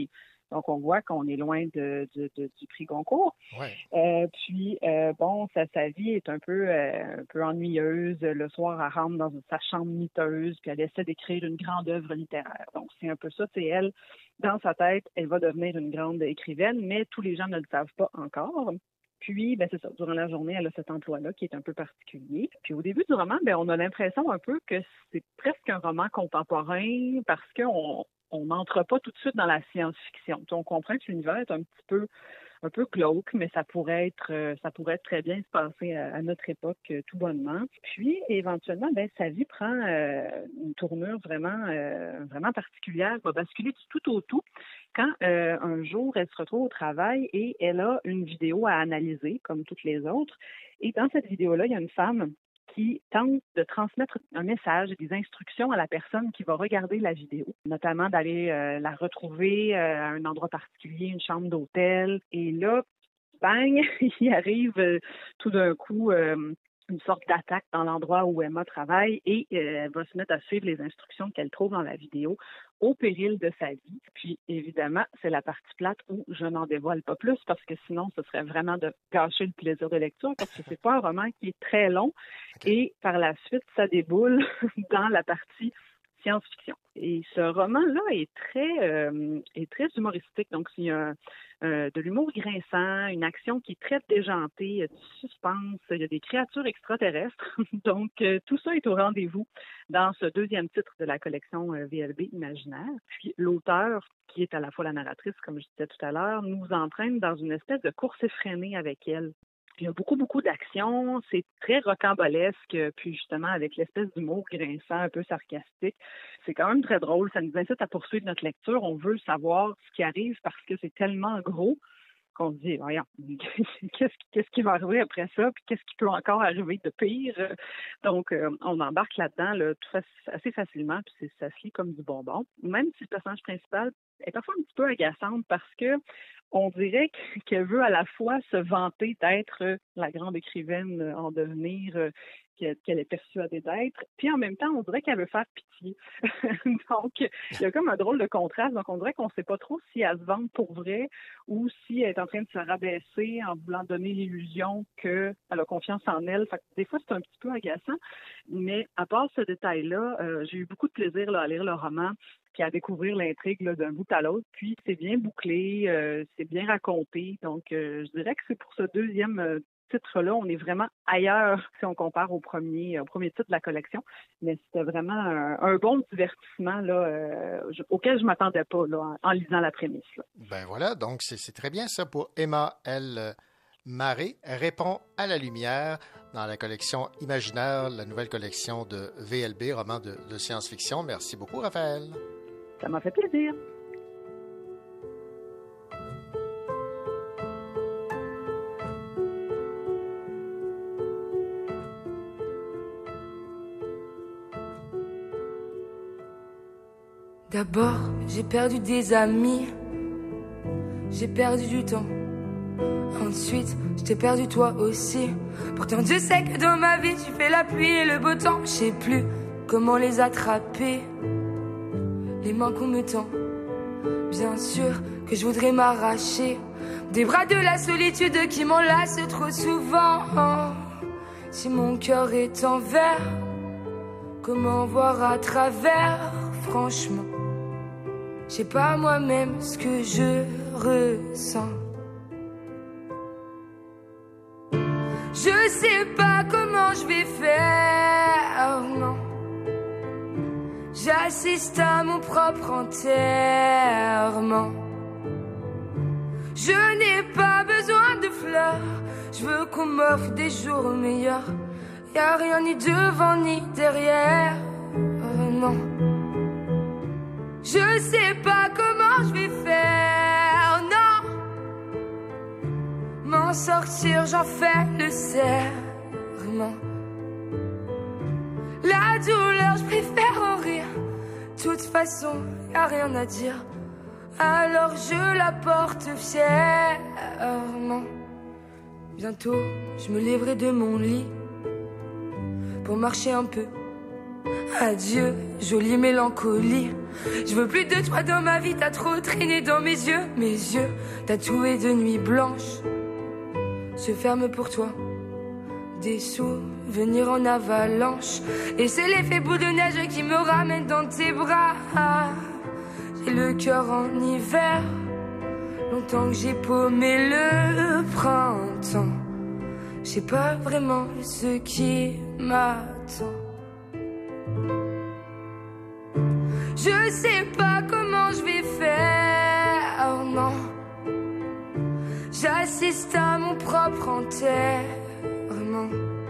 Donc, on voit qu'on est loin du prix Goncourt. Ouais. Puis, sa vie est un peu ennuyeuse. Le soir, elle rentre dans sa chambre miteuse, puis elle essaie d'écrire une grande œuvre littéraire. Donc, c'est un peu ça. C'est elle, dans sa tête, elle va devenir une grande écrivaine, mais tous les gens ne le savent pas encore. Puis, c'est ça. Durant la journée, elle a cet emploi-là qui est un peu particulier. Puis, au début du roman, on a l'impression un peu que c'est presque un roman contemporain parce qu'on n'entre pas tout de suite dans la science-fiction. Donc, on comprend que l'univers est un peu glauque, mais ça pourrait très bien se passer à notre époque tout bonnement. Puis, éventuellement, sa vie prend une tournure vraiment particulière, va basculer du tout au tout quand un jour, elle se retrouve au travail et elle a une vidéo à analyser, comme toutes les autres. Et dans cette vidéo-là, il y a une femme qui tente de transmettre un message et des instructions à la personne qui va regarder la vidéo, notamment d'aller la retrouver à un endroit particulier, une chambre d'hôtel. Et là, bang, il arrive tout d'un coup une sorte d'attaque dans l'endroit où Emma travaille et elle va se mettre à suivre les instructions qu'elle trouve dans la vidéo au péril de sa vie. Puis, évidemment, c'est la partie plate où je n'en dévoile pas plus parce que sinon, ce serait vraiment de gâcher le plaisir de lecture parce que c'est pas un roman qui est très long et par la suite, ça déboule dans la partie science-fiction. Et ce roman-là est très humoristique. Donc, il y a de l'humour grinçant, une action qui est très déjantée, il y a du suspense, il y a des créatures extraterrestres. Donc, tout ça est au rendez-vous dans ce deuxième titre de la collection VLB Imaginaire. Puis, l'auteur, qui est à la fois la narratrice, comme je disais tout à l'heure, nous entraîne dans une espèce de course effrénée avec elle. Il y a beaucoup d'action, c'est très rocambolesque, puis justement avec l'espèce d'humour grinçant, un peu sarcastique. C'est quand même très drôle, ça nous incite à poursuivre notre lecture. On veut savoir ce qui arrive parce que c'est tellement gros qu'on se dit, voyons, qu'est-ce qui va arriver après ça, puis qu'est-ce qui peut encore arriver de pire. Donc, on embarque là-dedans assez facilement, puis ça se lit comme du bonbon. Même si le personnage principal est parfois un petit peu agaçante parce que on dirait qu'elle veut à la fois se vanter d'être la grande écrivaine en devenir qu'elle est persuadée d'être, puis en même temps, on dirait qu'elle veut faire pitié. Donc, il y a comme un drôle de contraste. Donc, on dirait qu'on ne sait pas trop si elle se vante pour vrai ou si elle est en train de se rabaisser en voulant donner l'illusion qu'elle a confiance en elle. Fait que des fois, c'est un petit peu agaçant. Mais à part ce détail-là, j'ai eu beaucoup de plaisir à lire le roman puis à découvrir l'intrigue d'un bout à l'autre. Puis c'est bien bouclé, c'est bien raconté. Donc, je dirais que c'est pour ce deuxième titre-là, on est vraiment ailleurs si on compare au premier titre de la collection. Mais c'était vraiment un bon divertissement auquel je ne m'attendais pas en lisant la prémisse. Là. Ben voilà, donc c'est très bien ça pour Emma L. Maré, Répond à la lumière dans la collection Imaginaire, la nouvelle collection de VLB, roman de science-fiction. Merci beaucoup, Raphaël. Ça m'a fait plaisir. D'abord, j'ai perdu des amis, j'ai perdu du temps. Ensuite, je t'ai perdu toi aussi. Pourtant, Dieu sait que dans ma vie, tu fais la pluie et le beau temps. Je sais plus comment les attraper, les mains qu'on me tend. Bien sûr que je voudrais m'arracher des bras de la solitude qui m'enlacent trop souvent. Si mon cœur est en verre, comment voir à travers? Franchement, je sais pas moi-même ce que je ressens. Je sais pas comment je vais faire, non. J'assiste à mon propre enterrement. Je n'ai pas besoin de fleurs, je veux qu'on m'offre des jours meilleurs. Y'a rien ni devant ni derrière, non. Je sais pas comment je vais faire, non. M'en sortir, j'en fais le serment. La douleur, je préfère en rire. De toute façon, y'a rien à dire. Alors je la porte fièrement. Bientôt, je me lèverai de mon lit pour marcher un peu. Adieu, jolie mélancolie. Je veux plus de toi dans ma vie, t'as trop traîné dans mes yeux, tatoués de nuit blanche se ferment pour toi. Des souvenirs en avalanche, et c'est l'effet boule de neige qui me ramène dans tes bras. J'ai le cœur en hiver, longtemps que j'ai paumé le printemps. Je sais pas vraiment ce qui m'attend. Je sais pas comment je vais faire, non. J'assiste à mon propre enterrement.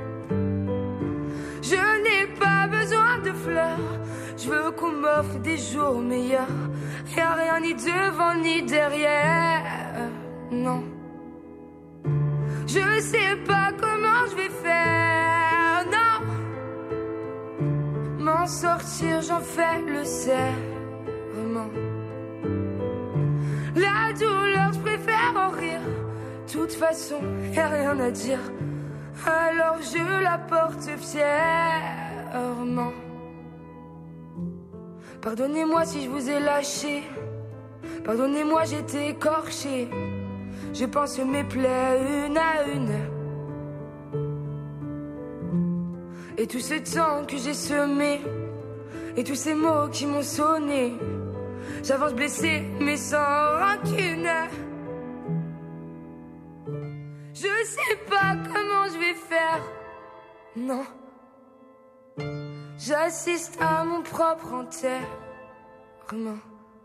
Je n'ai pas besoin de fleurs, je veux qu'on m'offre des jours meilleurs. Y'a rien ni devant ni derrière, non. Je sais pas comment je vais faire, non. M'en sortir, j'en fais le serment. La douleur, je préfère en rire. De toute façon, y'a rien à dire. Alors je la porte fièrement. Pardonnez-moi si je vous ai lâché. Pardonnez-moi, j'étais écorché. Je pense mes plaies une à une. Et tout ce temps que j'ai semé, et tous ces mots qui m'ont sonné, j'avance blessé mais sans rancune. Je sais pas comment je vais faire, non. J'assiste à mon propre enterrement.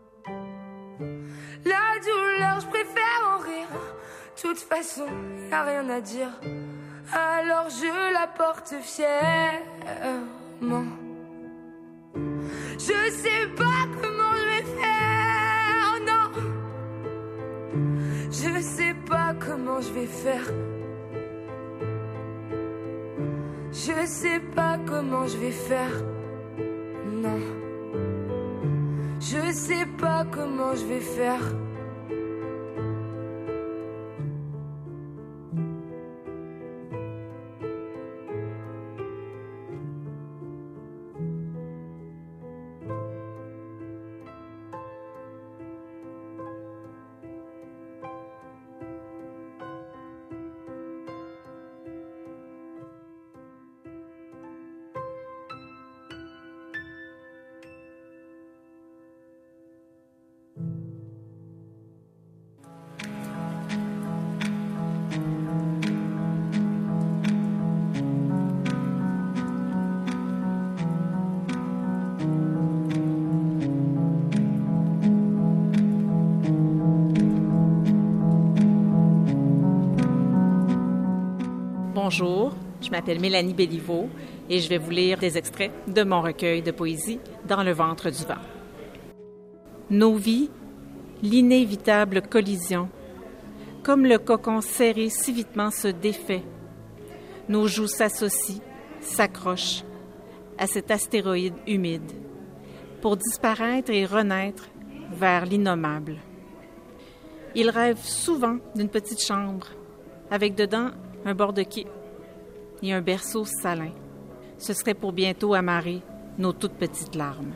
La douleur, je préfère en rire. De toute façon, y'a rien à dire. Alors je la porte fièrement. Je sais pas comment je vais faire, non. Je sais pas comment je vais faire. Je sais pas comment je vais faire, non. Je sais pas comment je vais faire. Bonjour, je m'appelle Mélanie Béliveau et je vais vous lire des extraits de mon recueil de poésie Dans le ventre du vent. Nos vies, l'inévitable collision, comme le cocon serré si vitement se défait. Nos joues s'associent, s'accrochent à cet astéroïde humide pour disparaître et renaître vers l'innommable. Il rêve souvent d'une petite chambre avec dedans un bord de quai et un berceau salin. Ce serait pour bientôt amarrer nos toutes petites larmes.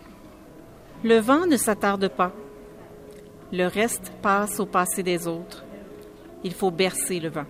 Le vent ne s'attarde pas. Le reste passe au passé des autres. Il faut bercer le vent.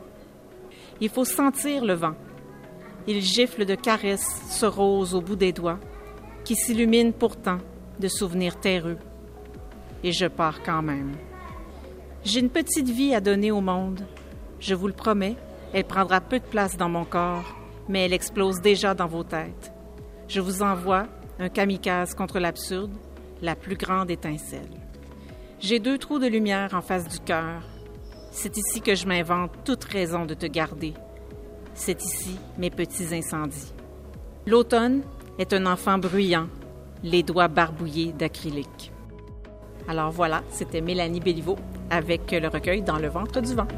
Il faut sentir le vent. Il gifle de caresses ce rose au bout des doigts qui s'illumine pourtant de souvenirs terreux. Et je pars quand même. J'ai une petite vie à donner au monde. Je vous le promets, elle prendra peu de place dans mon corps, mais elle explose déjà dans vos têtes. Je vous envoie un kamikaze contre l'absurde, la plus grande étincelle. J'ai 2 trous de lumière en face du cœur. C'est ici que je m'invente toute raison de te garder. C'est ici mes petits incendies. L'automne est un enfant bruyant, les doigts barbouillés d'acrylique. Alors voilà, c'était Mélanie Béliveau avec le recueil Dans le ventre du vent.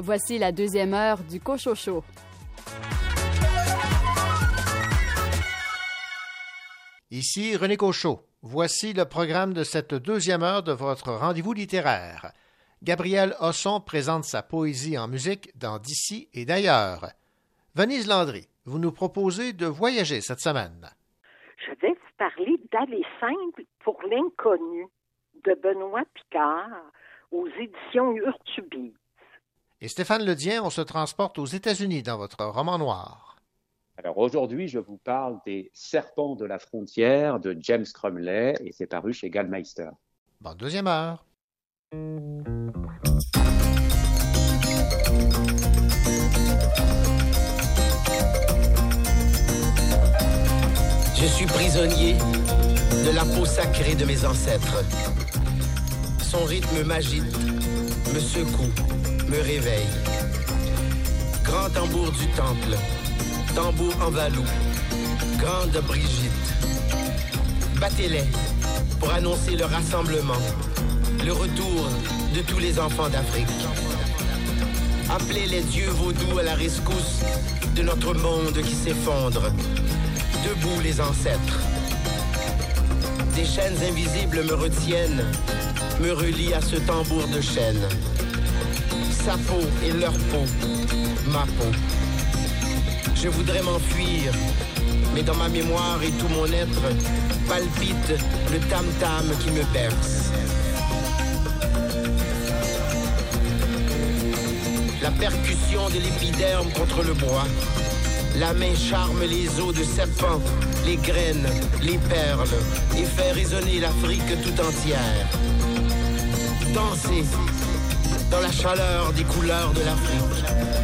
Voici la deuxième heure du Cochot Show. Ici René Cochot. Voici le programme de cette deuxième heure de votre rendez-vous littéraire. Gabriel Hosson présente sa poésie en musique dans D'ici et d'ailleurs. Venise Landry, vous nous proposez de voyager cette semaine. Je vais vous parler d'Aller simple pour l'inconnu de Benoît Picard aux éditions Urtubise. Et Stéphane Ledien, on se transporte aux États-Unis dans votre roman noir. Alors aujourd'hui, je vous parle des Serpents de la frontière de James Cromley et c'est paru chez Gallmeister. Bonne deuxième heure. Je suis prisonnier de la peau sacrée de mes ancêtres. Son rythme m'agite, me secoue, me réveille. Grand tambour du temple, tambour en valou, grande Brigitte. Battez-les pour annoncer le rassemblement, le retour de tous les enfants d'Afrique. Appelez les dieux vaudous à la rescousse de notre monde qui s'effondre. Debout les ancêtres. Des chaînes invisibles me retiennent, me relient à ce tambour de chêne. Sa peau et leur peau, ma peau. Je voudrais m'enfuir, mais dans ma mémoire et tout mon être palpite le tam-tam qui me berce. La percussion de l'épiderme contre le bois. La main charme les os de serpent, les graines, les perles, et fait résonner l'Afrique tout entière. Danser dans la chaleur des couleurs de l'Afrique.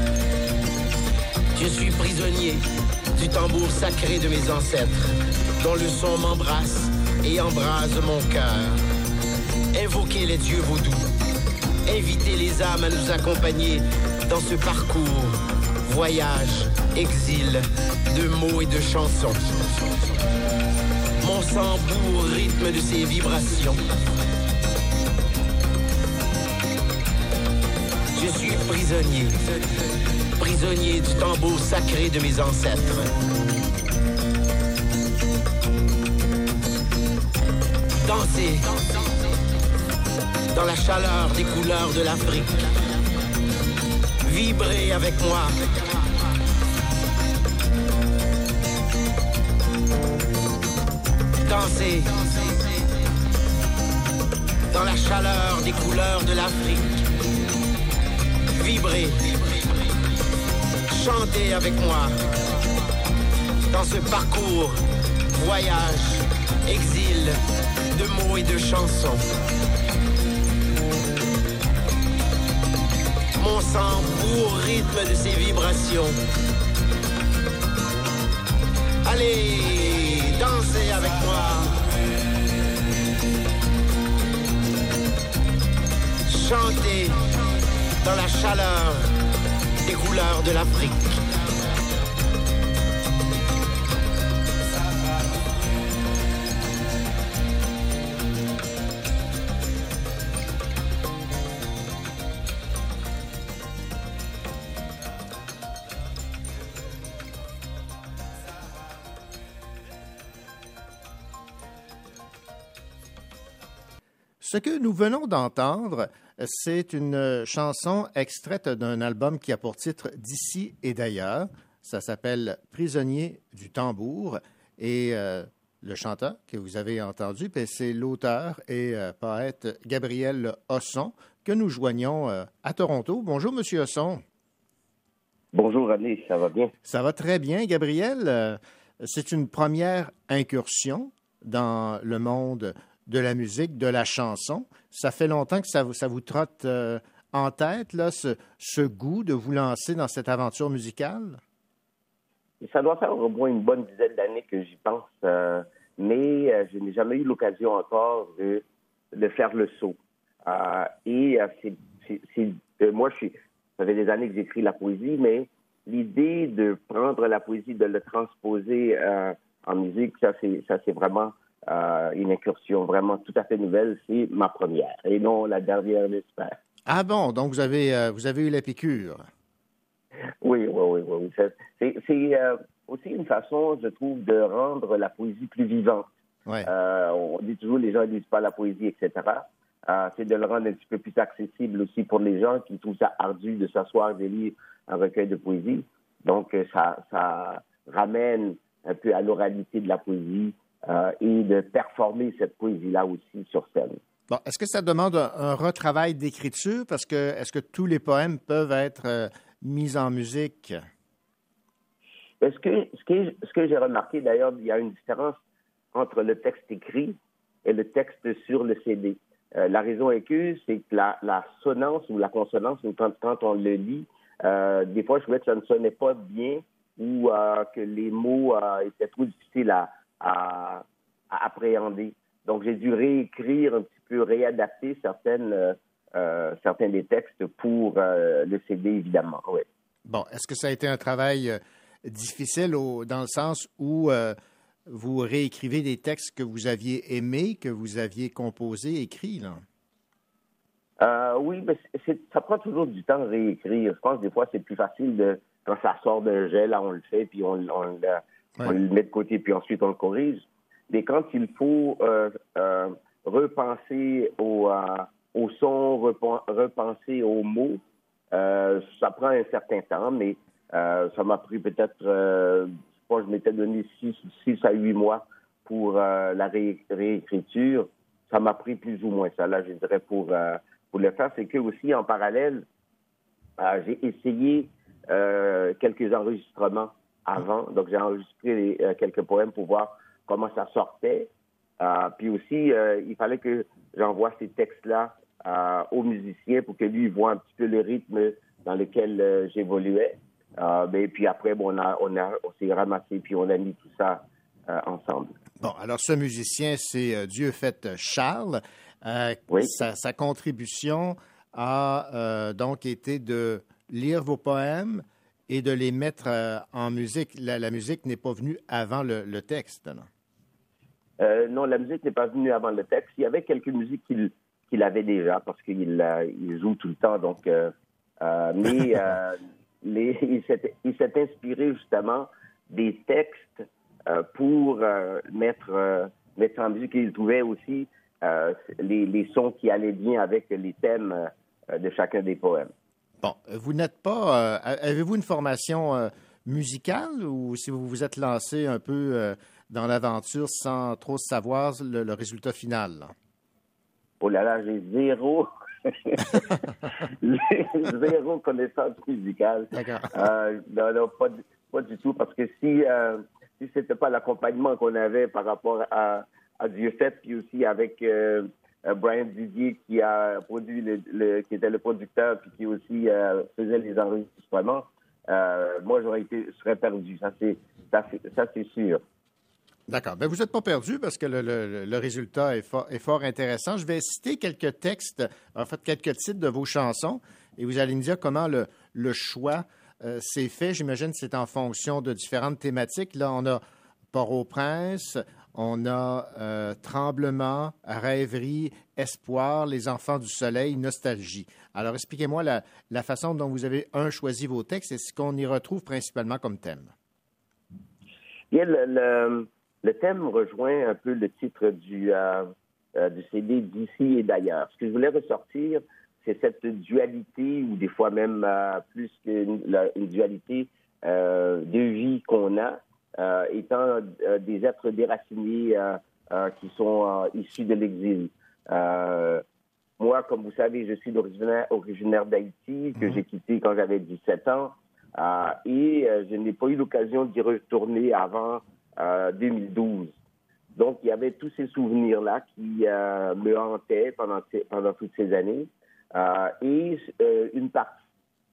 Je suis prisonnier du tambour sacré de mes ancêtres, dont le son m'embrasse et embrase mon cœur. Invoquez les dieux vaudous, invitez les âmes à nous accompagner dans ce parcours. Voyage, exil, de mots et de chansons. Mon sang bout au rythme de ces vibrations. Je suis prisonnier, prisonnier du tambour sacré de mes ancêtres. Dansez dans la chaleur des couleurs de l'Afrique. Vibrez avec moi. Dansez dans la chaleur des couleurs de l'Afrique. Vibrez. Chantez avec moi. Dans ce parcours, voyage, exil, de mots et de chansons. Mon sang bout au rythme de ces vibrations. Allez, dansez avec moi. Chantez dans la chaleur des couleurs de l'Afrique. Ce que nous venons d'entendre, c'est une chanson extraite d'un album qui a pour titre « D'ici et d'ailleurs ». Ça s'appelle « Prisonnier du tambour ». Et le chanteur que vous avez entendu, c'est l'auteur et poète Gabriel Hosson que nous joignons à Toronto. Bonjour, Monsieur Hosson. Bonjour, René, ça va bien? Ça va très bien, Gabriel. C'est une première incursion dans le monde de la musique, de la chanson. Ça fait longtemps que ça vous trotte en tête, là, ce goût de vous lancer dans cette aventure musicale? Ça doit faire au moins une bonne dizaine d'années que j'y pense, mais je n'ai jamais eu l'occasion encore de faire le saut. Moi, ça fait des années que j'écris la poésie, mais l'idée de prendre la poésie, de le transposer en musique, ça c'est vraiment une incursion vraiment tout à fait nouvelle. C'est ma première et non la dernière, j'espère. Ah bon, donc vous avez eu la piqûre. Oui. C'est aussi une façon, je trouve, de rendre la poésie plus vivante. Ouais. On dit toujours les gens ne lisent pas la poésie, etc. C'est de le rendre un petit peu plus accessible aussi pour les gens qui trouvent ça ardu de s'asseoir et de lire un recueil de poésie. Donc, ça ramène un peu à l'oralité de la poésie et de performer cette poésie-là aussi sur scène. Bon, est-ce que ça demande un retravail d'écriture? Parce que est-ce que tous les poèmes peuvent être mis en musique? Ce que j'ai remarqué, d'ailleurs, il y a une différence entre le texte écrit et le texte sur le CD. La raison est que c'est que la sonance ou la consonance, quand on le lit, des fois, je trouvais que ça ne sonnait pas bien ou que les mots étaient trop difficiles à appréhender. Donc, j'ai dû réécrire un petit peu, réadapter certains des textes pour le CD, évidemment. Oui. Bon, est-ce que ça a été un travail difficile dans le sens où vous réécrivez des textes que vous aviez aimés, que vous aviez composés, écrits, là? Oui, mais ça prend toujours du temps de réécrire. Je pense que des fois, c'est plus facile quand ça sort d'un jet, là, on le fait, puis on le met de côté, puis ensuite on le corrige. Mais quand il faut repenser au son, repenser aux mots, ça prend un certain temps, mais ça m'a pris peut-être, je crois que je m'étais donné 6 à 8 mois pour la réécriture. Ça m'a pris plus ou moins ça, là, je dirais, pour le faire. C'est que aussi, en parallèle, j'ai essayé quelques enregistrements avant. Donc, j'ai enregistré quelques poèmes pour voir comment ça sortait. Puis aussi, il fallait que j'envoie ces textes-là au musicien pour que lui voit un petit peu le rythme dans lequel j'évoluais. Et puis après, on s'est ramassé puis on a mis tout ça ensemble. Bon, alors ce musicien, c'est Dieufait Charles. Oui. Sa contribution a donc été de lire vos poèmes et de les mettre en musique. La musique n'est pas venue avant le texte, non? Non, la musique n'est pas venue avant le texte. Il y avait quelques musiques qu'il avait déjà parce qu'il joue tout le temps. Donc, mais il s'est inspiré justement des textes pour mettre en musique. Et il trouvait aussi les sons qui allaient bien avec les thèmes de chacun des poèmes. Bon, vous n'êtes pas... avez-vous une formation musicale ou si vous vous êtes lancé un peu dans l'aventure sans trop savoir le résultat final? Là? Oh là là, j'ai zéro connaissance musicale. D'accord. Non, pas du tout, parce que si c'était pas l'accompagnement qu'on avait par rapport à Dieufait, puis aussi avec Brian Didier qui a produit qui était le producteur, puis qui aussi faisait les enregistrements, moi je serais perdu. Ça c'est sûr. D'accord. Bien, vous n'êtes pas perdu parce que le résultat est fort intéressant. Je vais citer quelques textes, en fait, quelques titres de vos chansons et vous allez me dire comment le choix s'est fait. J'imagine que c'est en fonction de différentes thématiques. Là, on a Port-au-Prince, on a Tremblement, Rêverie, Espoir, Les Enfants du Soleil, Nostalgie. Alors, expliquez-moi la façon dont vous avez, choisi vos textes et ce qu'on y retrouve principalement comme thème. Bien, le thème rejoint un peu le titre du CD d'ici et d'ailleurs. Ce que je voulais ressortir, c'est cette dualité, ou des fois même plus qu'une dualité de vie qu'on a, étant des êtres déracinés qui sont issus de l'exil. Moi, comme vous savez, je suis originaire d'Haïti, que j'ai quitté quand j'avais 17 ans, et je n'ai pas eu l'occasion d'y retourner avant 2012. Donc, il y avait tous ces souvenirs-là qui me hantaient pendant toutes ces années. Et une partie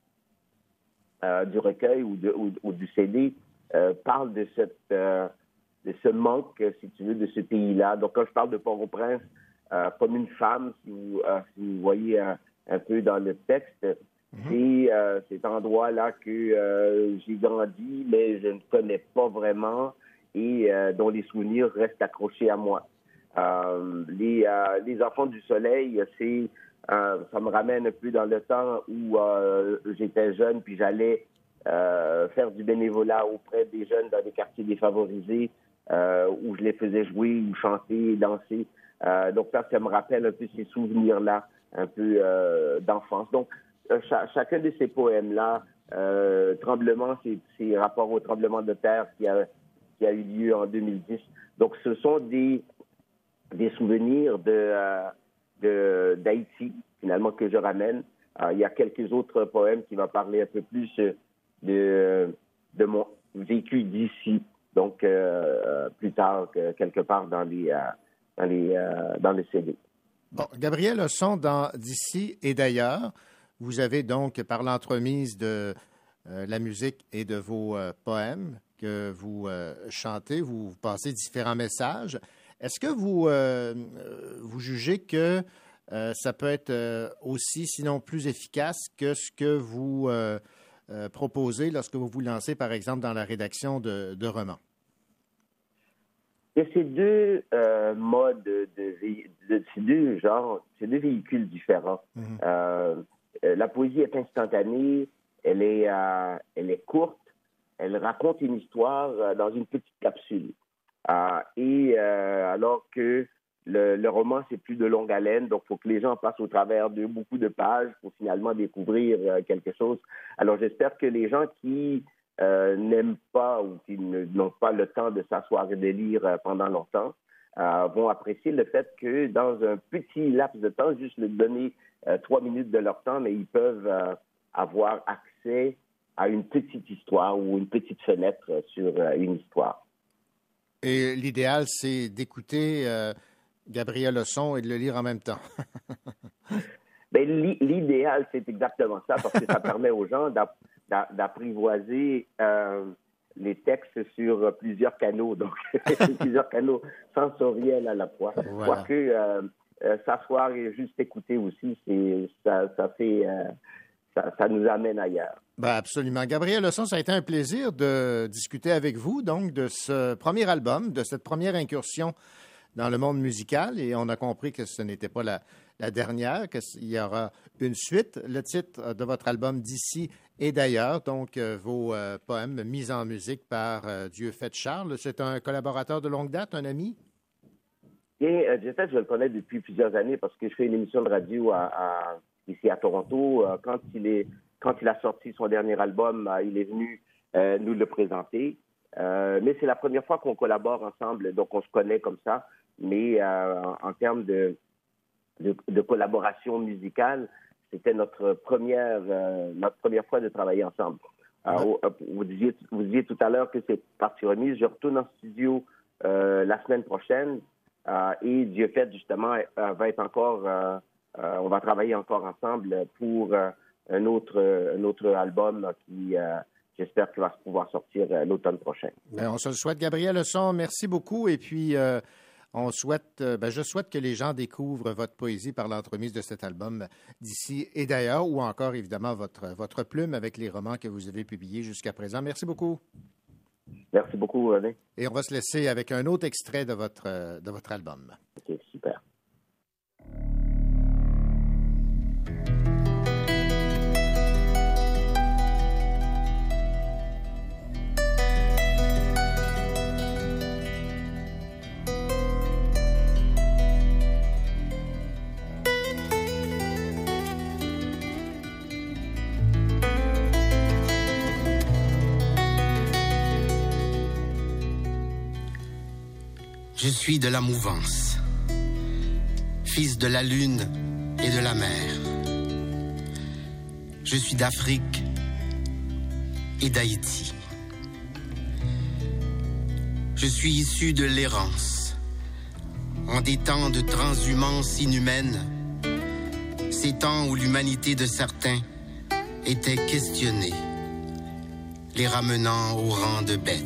du recueil ou du CD parle de ce manque, si tu veux, de ce pays-là. Donc, quand je parle de Port-au-Prince, comme une femme, si vous voyez un peu dans le texte, c'est cet endroit-là que j'ai grandi, mais je ne connais pas vraiment et dont les souvenirs restent accrochés à moi. Les Enfants du Soleil, c'est ça me ramène un peu dans le temps où j'étais jeune, puis j'allais faire du bénévolat auprès des jeunes dans des quartiers défavorisés, où je les faisais jouer ou chanter, danser. Donc ça me rappelle un peu ces souvenirs-là, un peu d'enfance. Donc, chacun de ces poèmes-là, Tremblement, c'est rapport au tremblement de terre qui a eu lieu en 2010. Donc, ce sont des souvenirs d'Haïti, finalement, que je ramène. Il y a quelques autres poèmes qui vont parler un peu plus de mon vécu d'ici. Donc, plus tard, quelque part dans les CD. Bon, Gabriel Hosson, d'ici et d'ailleurs, vous avez donc, par l'entremise de la musique et de vos poèmes que vous chantez, vous passez différents messages. Est-ce que vous jugez que ça peut être aussi, sinon plus efficace que ce que vous proposez lorsque vous vous lancez, par exemple, dans la rédaction de romans? Et ces deux modes, ces deux genres, ces deux véhicules différents. La poésie est instantanée, elle est courte, elle raconte une histoire dans une petite capsule. Alors que le roman, c'est plus de longue haleine, donc il faut que les gens passent au travers de beaucoup de pages pour finalement découvrir quelque chose. Alors j'espère que les gens qui n'aiment pas ou qui n'ont pas le temps de s'asseoir et de lire pendant longtemps vont apprécier le fait que dans un petit laps de temps, juste leur donner 3 minutes de leur temps, mais ils peuvent avoir accès à une petite histoire ou une petite fenêtre sur une histoire. Et l'idéal, c'est d'écouter Gabriel Hosson et de le lire en même temps. Bien, l'idéal, c'est exactement ça, parce que ça permet aux gens d'apprivoiser les textes sur plusieurs canaux, donc plusieurs canaux sensoriels à la fois. Voilà. Quoique s'asseoir et juste écouter aussi, ça nous amène ailleurs. Ben absolument. Gabriel Hosson, ça a été un plaisir de discuter avec vous, donc, de ce premier album, de cette première incursion dans le monde musical, et on a compris que ce n'était pas la dernière, qu'il y aura une suite. Le titre de votre album, D'ici et d'ailleurs, donc vos poèmes mis en musique par Dieufait Charles. C'est un collaborateur de longue date, un ami? Bien, Dieufait, je le connais depuis plusieurs années parce que je fais une émission de radio ici à Toronto. Quand il a sorti son dernier album, il est venu nous le présenter. Mais c'est la première fois qu'on collabore ensemble, donc on se connaît comme ça. Mais en termes de collaboration musicale, c'était notre première fois de travailler ensemble. Vous disiez tout à l'heure que c'est partie remise. Je retourne en studio la semaine prochaine et Dieufait, justement, va être encore... on va travailler encore ensemble pour un autre album qui, j'espère, qu'il va pouvoir sortir l'automne prochain. Bien, on se le souhaite, Gabriel Hosson. Merci beaucoup. Et puis, je souhaite que les gens découvrent votre poésie par l'entremise de cet album D'ici et d'ailleurs, ou encore, évidemment, votre plume avec les romans que vous avez publiés jusqu'à présent. Merci beaucoup. Merci beaucoup, René. Et on va se laisser avec un autre extrait de votre album. OK, super. Je suis de la mouvance, fils de la lune et de la mer. Je suis d'Afrique et d'Haïti. Je suis issu de l'errance, en des temps de transhumance inhumaine, ces temps où l'humanité de certains était questionnée, les ramenant au rang de bêtes.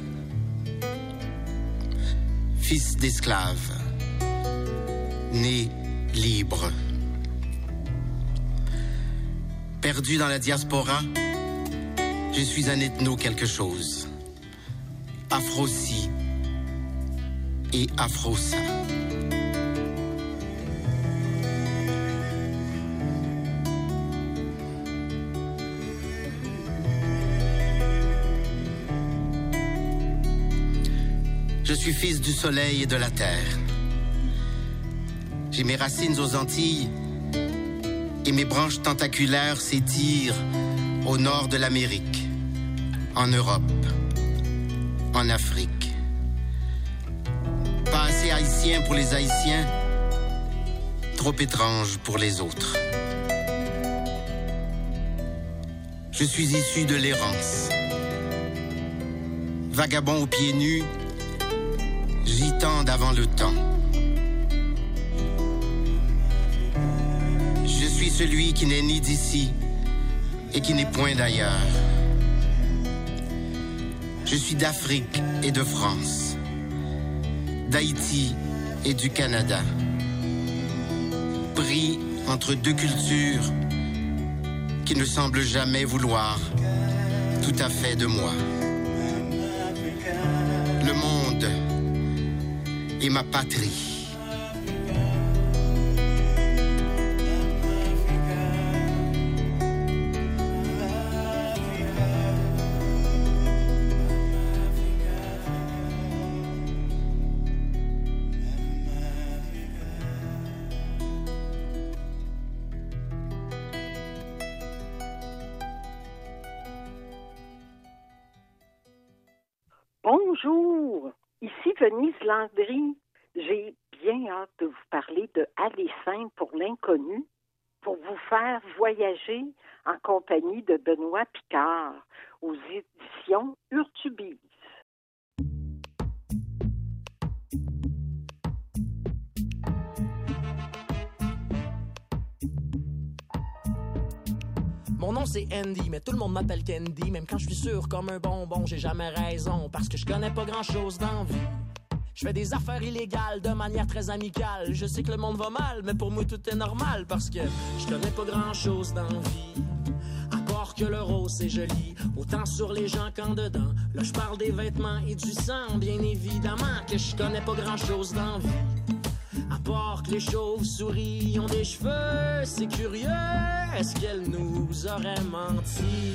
Fils d'esclaves, né libre. Perdu dans la diaspora, je suis un ethno quelque chose. Afro-ci et Afro-ça. Je suis fils du soleil et de la terre. J'ai mes racines aux Antilles et mes branches tentaculaires s'étirent au nord de l'Amérique, en Europe, en Afrique. Pas assez haïtien pour les Haïtiens, trop étrange pour les autres. Je suis issu de l'errance. Vagabond aux pieds nus, gitan d'avant le temps. Je suis celui qui n'est ni d'ici et qui n'est point d'ailleurs. Je suis d'Afrique et de France, d'Haïti et du Canada. Pris entre deux cultures qui ne semblent jamais vouloir tout à fait de moi. Le monde est ma patrie. Bonjour, ici Venise Landry. J'ai bien hâte de vous parler de Aller simple pour l'inconnu, pour vous faire voyager en compagnie de Benoît Picard aux éditions Urtubise. Mon nom c'est Andy, mais tout le monde m'appelle Candy. Même quand je suis sûr comme un bonbon, j'ai jamais raison. Parce que je connais pas grand chose dans la vie. Je fais des affaires illégales de manière très amicale. Je sais que le monde va mal, mais pour moi tout est normal. Parce que je connais pas grand chose dans la vie. À part que le rose c'est joli, autant sur les gens qu'en dedans. Là je parle des vêtements et du sang, bien évidemment. Que je connais pas grand chose dans la vie. À part que les chauves-souris ont des cheveux, c'est curieux, est-ce qu'elle nous aurait menti?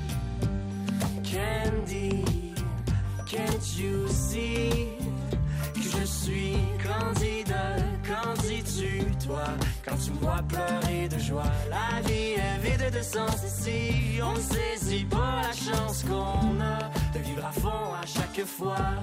Candy, can't you see que je suis Candide, qu'en dis-tu, toi? Quand tu me vois pleurer de joie, la vie est vide de sens ici. On ne saisit pas la chance qu'on a de vivre à fond à chaque fois.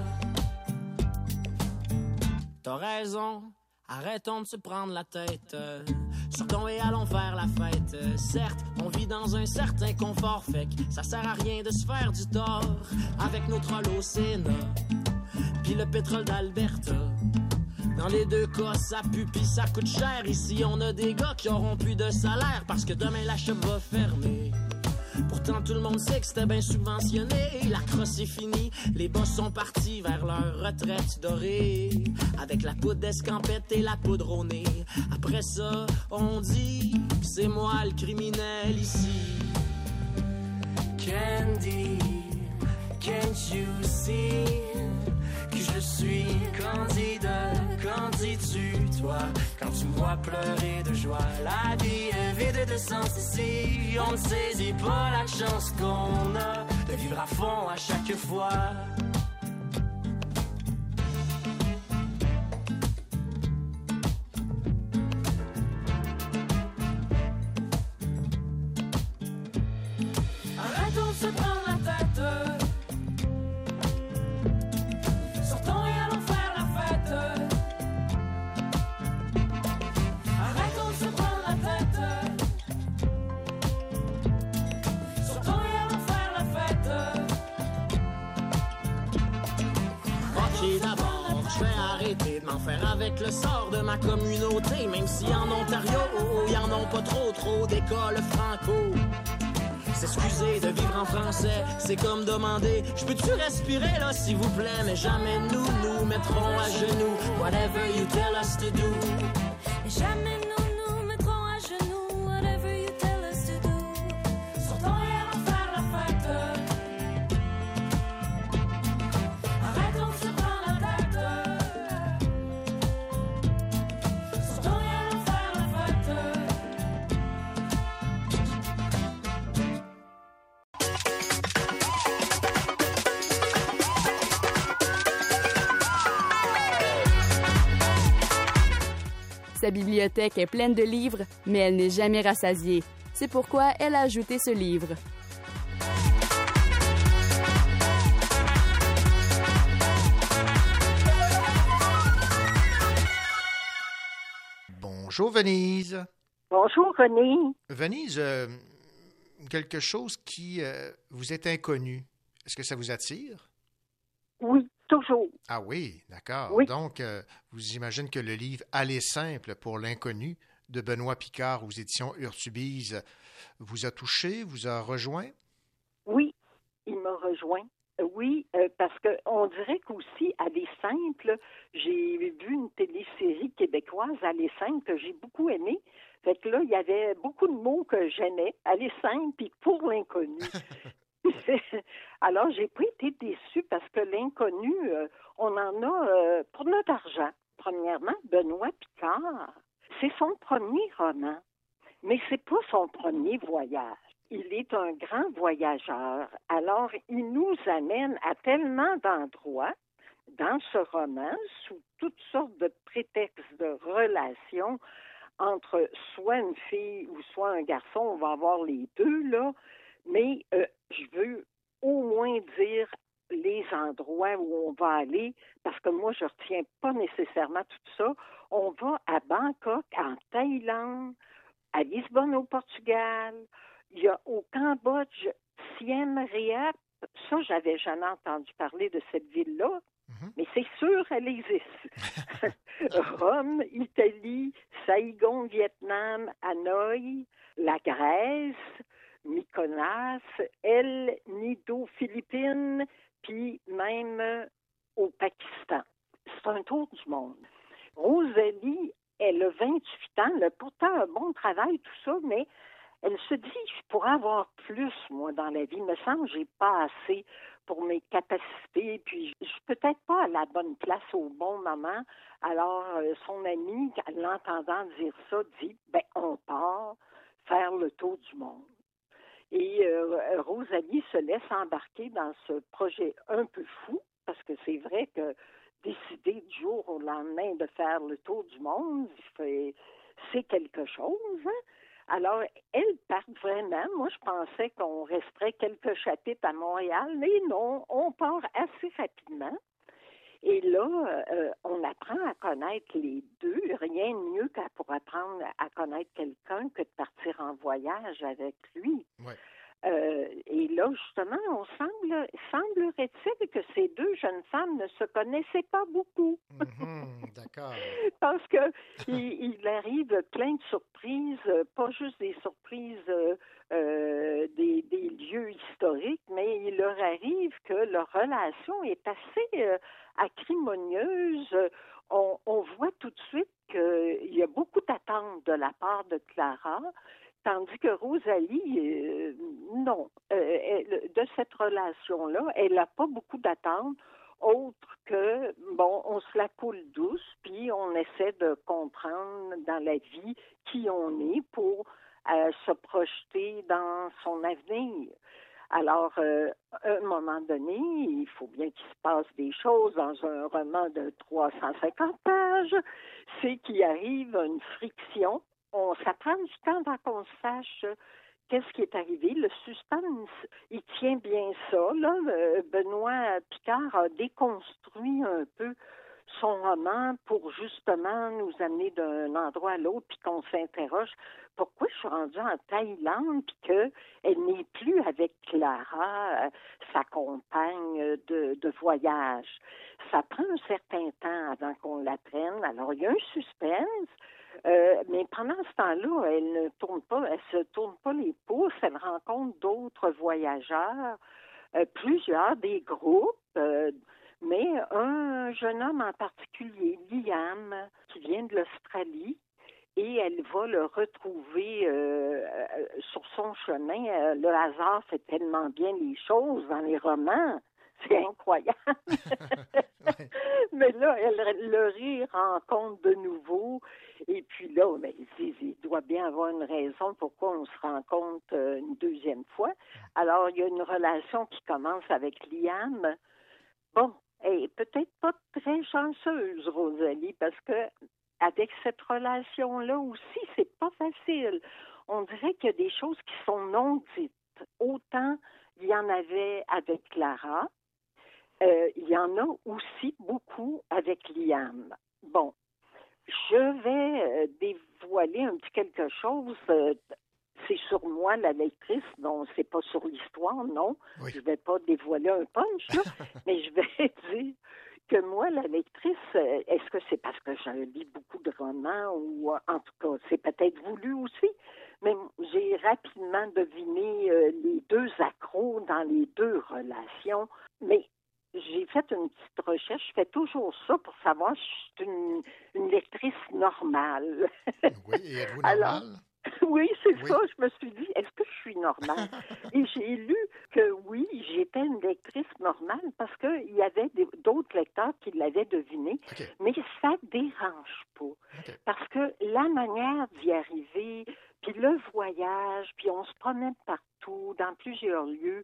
T'as raison. Arrêtons de se prendre la tête, sortons et allons faire la fête. Certes, on vit dans un certain confort, fait que ça sert à rien de se faire du tort. Avec nos trolls au Sénat, pis le pétrole d'Alberta. Dans les deux cas, ça pue pis ça coûte cher. Ici, on a des gars qui auront plus de salaire parce que demain la shop va fermer. Pourtant tout le monde sait que c'était bien subventionné. La crosse est finie, les boss sont partis vers leur retraite dorée. Avec la poudre d'escampette et la poudre au nez. Après ça, on dit que c'est moi le criminel ici. Candy, can't you see que je suis Candide, qu'en dis-tu, toi? Quand tu me vois pleurer de joie, la vie est vide de sens ici. On ne saisit pas la chance qu'on a de vivre à fond à chaque fois. Arrêtons de se prendre la tête. D'abord, je vais arrêter de m'en faire avec le sort de ma communauté. Même si en Ontario, y en ont pas trop d'écoles franco. S'excuser de vivre en français, c'est comme demander je peux-tu respirer là s'il vous plaît? Mais jamais nous mettrons à genoux. Whatever you tell us to do. Et jamais nous mettrons à genoux. Whatever you tell us to do. Sortons et allons faire la fête. Arrêtons de se prendre la tête. Sortons et allons faire la fête. Sa bibliothèque est pleine de livres, mais elle n'est jamais rassasiée. C'est pourquoi elle a ajouté ce livre. Bonjour Venise. Bonjour René. Venise, quelque chose qui vous est inconnu. Est-ce que ça vous attire? Oui, toujours. Ah oui, d'accord. Oui. Donc, vous imaginez que le livre Aller simple pour l'inconnu de Benoît Picard aux éditions Urtubise vous a touché, vous a rejoint? Oui, il m'a rejoint. Oui, parce qu'on dirait qu'aussi, Aller simple, j'ai vu une télésérie québécoise, Aller simple, que j'ai beaucoup aimée. Fait que là, il y avait beaucoup de mots que j'aimais, Aller simple, puis pour l'inconnu. Alors, j'ai pas été déçue parce que l'inconnu, on en a pour notre argent. Premièrement, Benoît Picard, c'est son premier roman, mais c'est pas son premier voyage. Il est un grand voyageur. Alors, il nous amène à tellement d'endroits dans ce roman, sous toutes sortes de prétextes de relations entre soit une fille ou soit un garçon. On va avoir les deux, là. Mais je veux au moins dire les endroits où on va aller, parce que moi, je ne retiens pas nécessairement tout ça. On va à Bangkok, en Thaïlande, à Lisbonne, au Portugal. Il y a au Cambodge, Siem Reap. Ça, j'avais jamais entendu parler de cette ville-là, mais c'est sûr, elle existe. Rome, Italie, Saigon, Vietnam, Hanoï, la Grèce, Mykonos, El Nido, Philippines, puis même au Pakistan. C'est un tour du monde. Rosalie, elle a 28 ans, elle a pourtant un bon travail, tout ça, mais elle se dit, je pourrais avoir plus, moi, dans la vie. Il me semble que j'ai pas assez pour mes capacités, puis je suis peut-être pas à la bonne place au bon moment. Alors, son amie, en l'entendant dire ça, dit, on part faire le tour du monde. Et Rosalie se laisse embarquer dans ce projet un peu fou, parce que c'est vrai que décider du jour au lendemain de faire le tour du monde, c'est quelque chose. Hein? Alors, elles partent vraiment. Moi, je pensais qu'on resterait quelques chapitres à Montréal, mais non, on part assez rapidement. Et là, on apprend à connaître les deux. Rien de mieux qu'à pour apprendre à connaître quelqu'un que de partir en voyage avec lui. Ouais. Et là, justement, semblerait-il que ces deux jeunes femmes ne se connaissaient pas beaucoup. D'accord. Parce que il arrive plein de surprises, pas juste des surprises des lieux historiques, mais il leur arrive que leur relation est assez acrimonieuse. On voit tout de suite qu'il y a beaucoup d'attentes de la part de Clara. Tandis que Rosalie, non, de cette relation-là, elle n'a pas beaucoup d'attentes, autre que, on se la coule douce, puis on essaie de comprendre dans la vie qui on est pour se projeter dans son avenir. Alors, à un moment donné, il faut bien qu'il se passe des choses dans un roman de 350 pages, c'est qu'il arrive une friction. Ça prend du temps avant qu'on sache qu'est-ce qui est arrivé. Le suspense, il tient bien ça. Là, Benoît Picard a déconstruit un peu son roman pour justement nous amener d'un endroit à l'autre, puis qu'on s'interroge pourquoi je suis rendue en Thaïlande, puis qu'elle n'est plus avec Clara, sa compagne de voyage. Ça prend un certain temps avant qu'on l'apprenne. Alors, il y a un suspense. Mais pendant ce temps-là, elle se tourne pas les pouces, elle rencontre d'autres voyageurs, plusieurs, des groupes, mais un jeune homme en particulier, Liam, qui vient de l'Australie, et elle va le retrouver sur son chemin. Le hasard fait tellement bien les choses dans les romans. C'est incroyable. Mais là, le rire rencontre de nouveau. Et puis là, il doit bien avoir une raison pourquoi on se rencontre une deuxième fois. Alors, il y a une relation qui commence avec Liam. Bon, elle est peut-être pas très chanceuse, Rosalie, parce que avec cette relation-là aussi, c'est pas facile. On dirait qu'il y a des choses qui sont non dites. Autant il y en avait avec Clara, il y en a aussi beaucoup avec Liam. Bon, je vais dévoiler un petit quelque chose. C'est sur moi, la lectrice, non, c'est pas sur l'histoire, non. Oui. Je vais pas dévoiler un punch, là, mais je vais dire que moi, la lectrice, est-ce que c'est parce que je lis beaucoup de romans ou en tout cas, c'est peut-être voulu aussi, mais j'ai rapidement deviné les deux accros dans les deux relations, mais j'ai fait une petite recherche, je fais toujours ça pour savoir si je suis une lectrice normale. Oui, et êtes-vous normale? Alors, oui, c'est ça. Je me suis dit, est-ce que je suis normale? Et j'ai lu que oui, j'étais une lectrice normale parce qu'il y avait d'autres lecteurs qui l'avaient deviné, mais ça ne dérange pas. Parce que la manière d'y arriver, puis le voyage, puis on se promène partout, dans plusieurs lieux,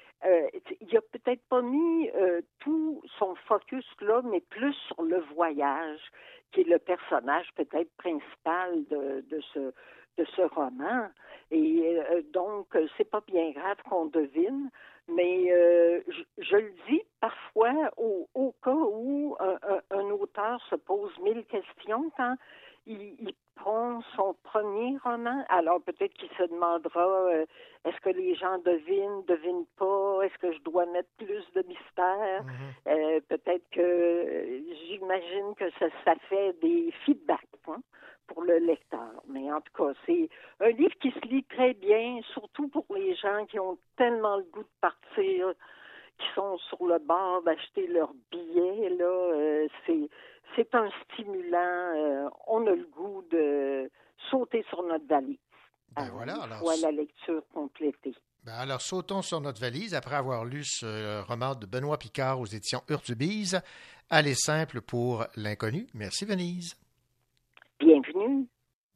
il n'a peut-être pas mis tout son focus là, mais plus sur le voyage, qui est le personnage peut-être principal de ce roman. Et donc, c'est pas bien grave qu'on devine, mais je le dis parfois au cas où un auteur se pose 1000 questions quand il prend son premier roman. Alors peut-être qu'il se demandera est-ce que les gens devinent pas, est-ce que je dois mettre plus de mystère? Peut-être que j'imagine que ça fait des feedbacks pour le lecteur. Mais en tout cas, c'est un livre qui se lit très bien, surtout pour les gens qui ont tellement le goût de partir, qui sont sur le bord d'acheter leur billet. Là, c'est un stimulant. On a le goût de sauter sur notre valise. Une fois la lecture complétée. Alors, sautons sur notre valise après avoir lu ce roman de Benoît Picard aux éditions Urtubise. Aller simple pour l'inconnu. Merci, Venise. Bienvenue.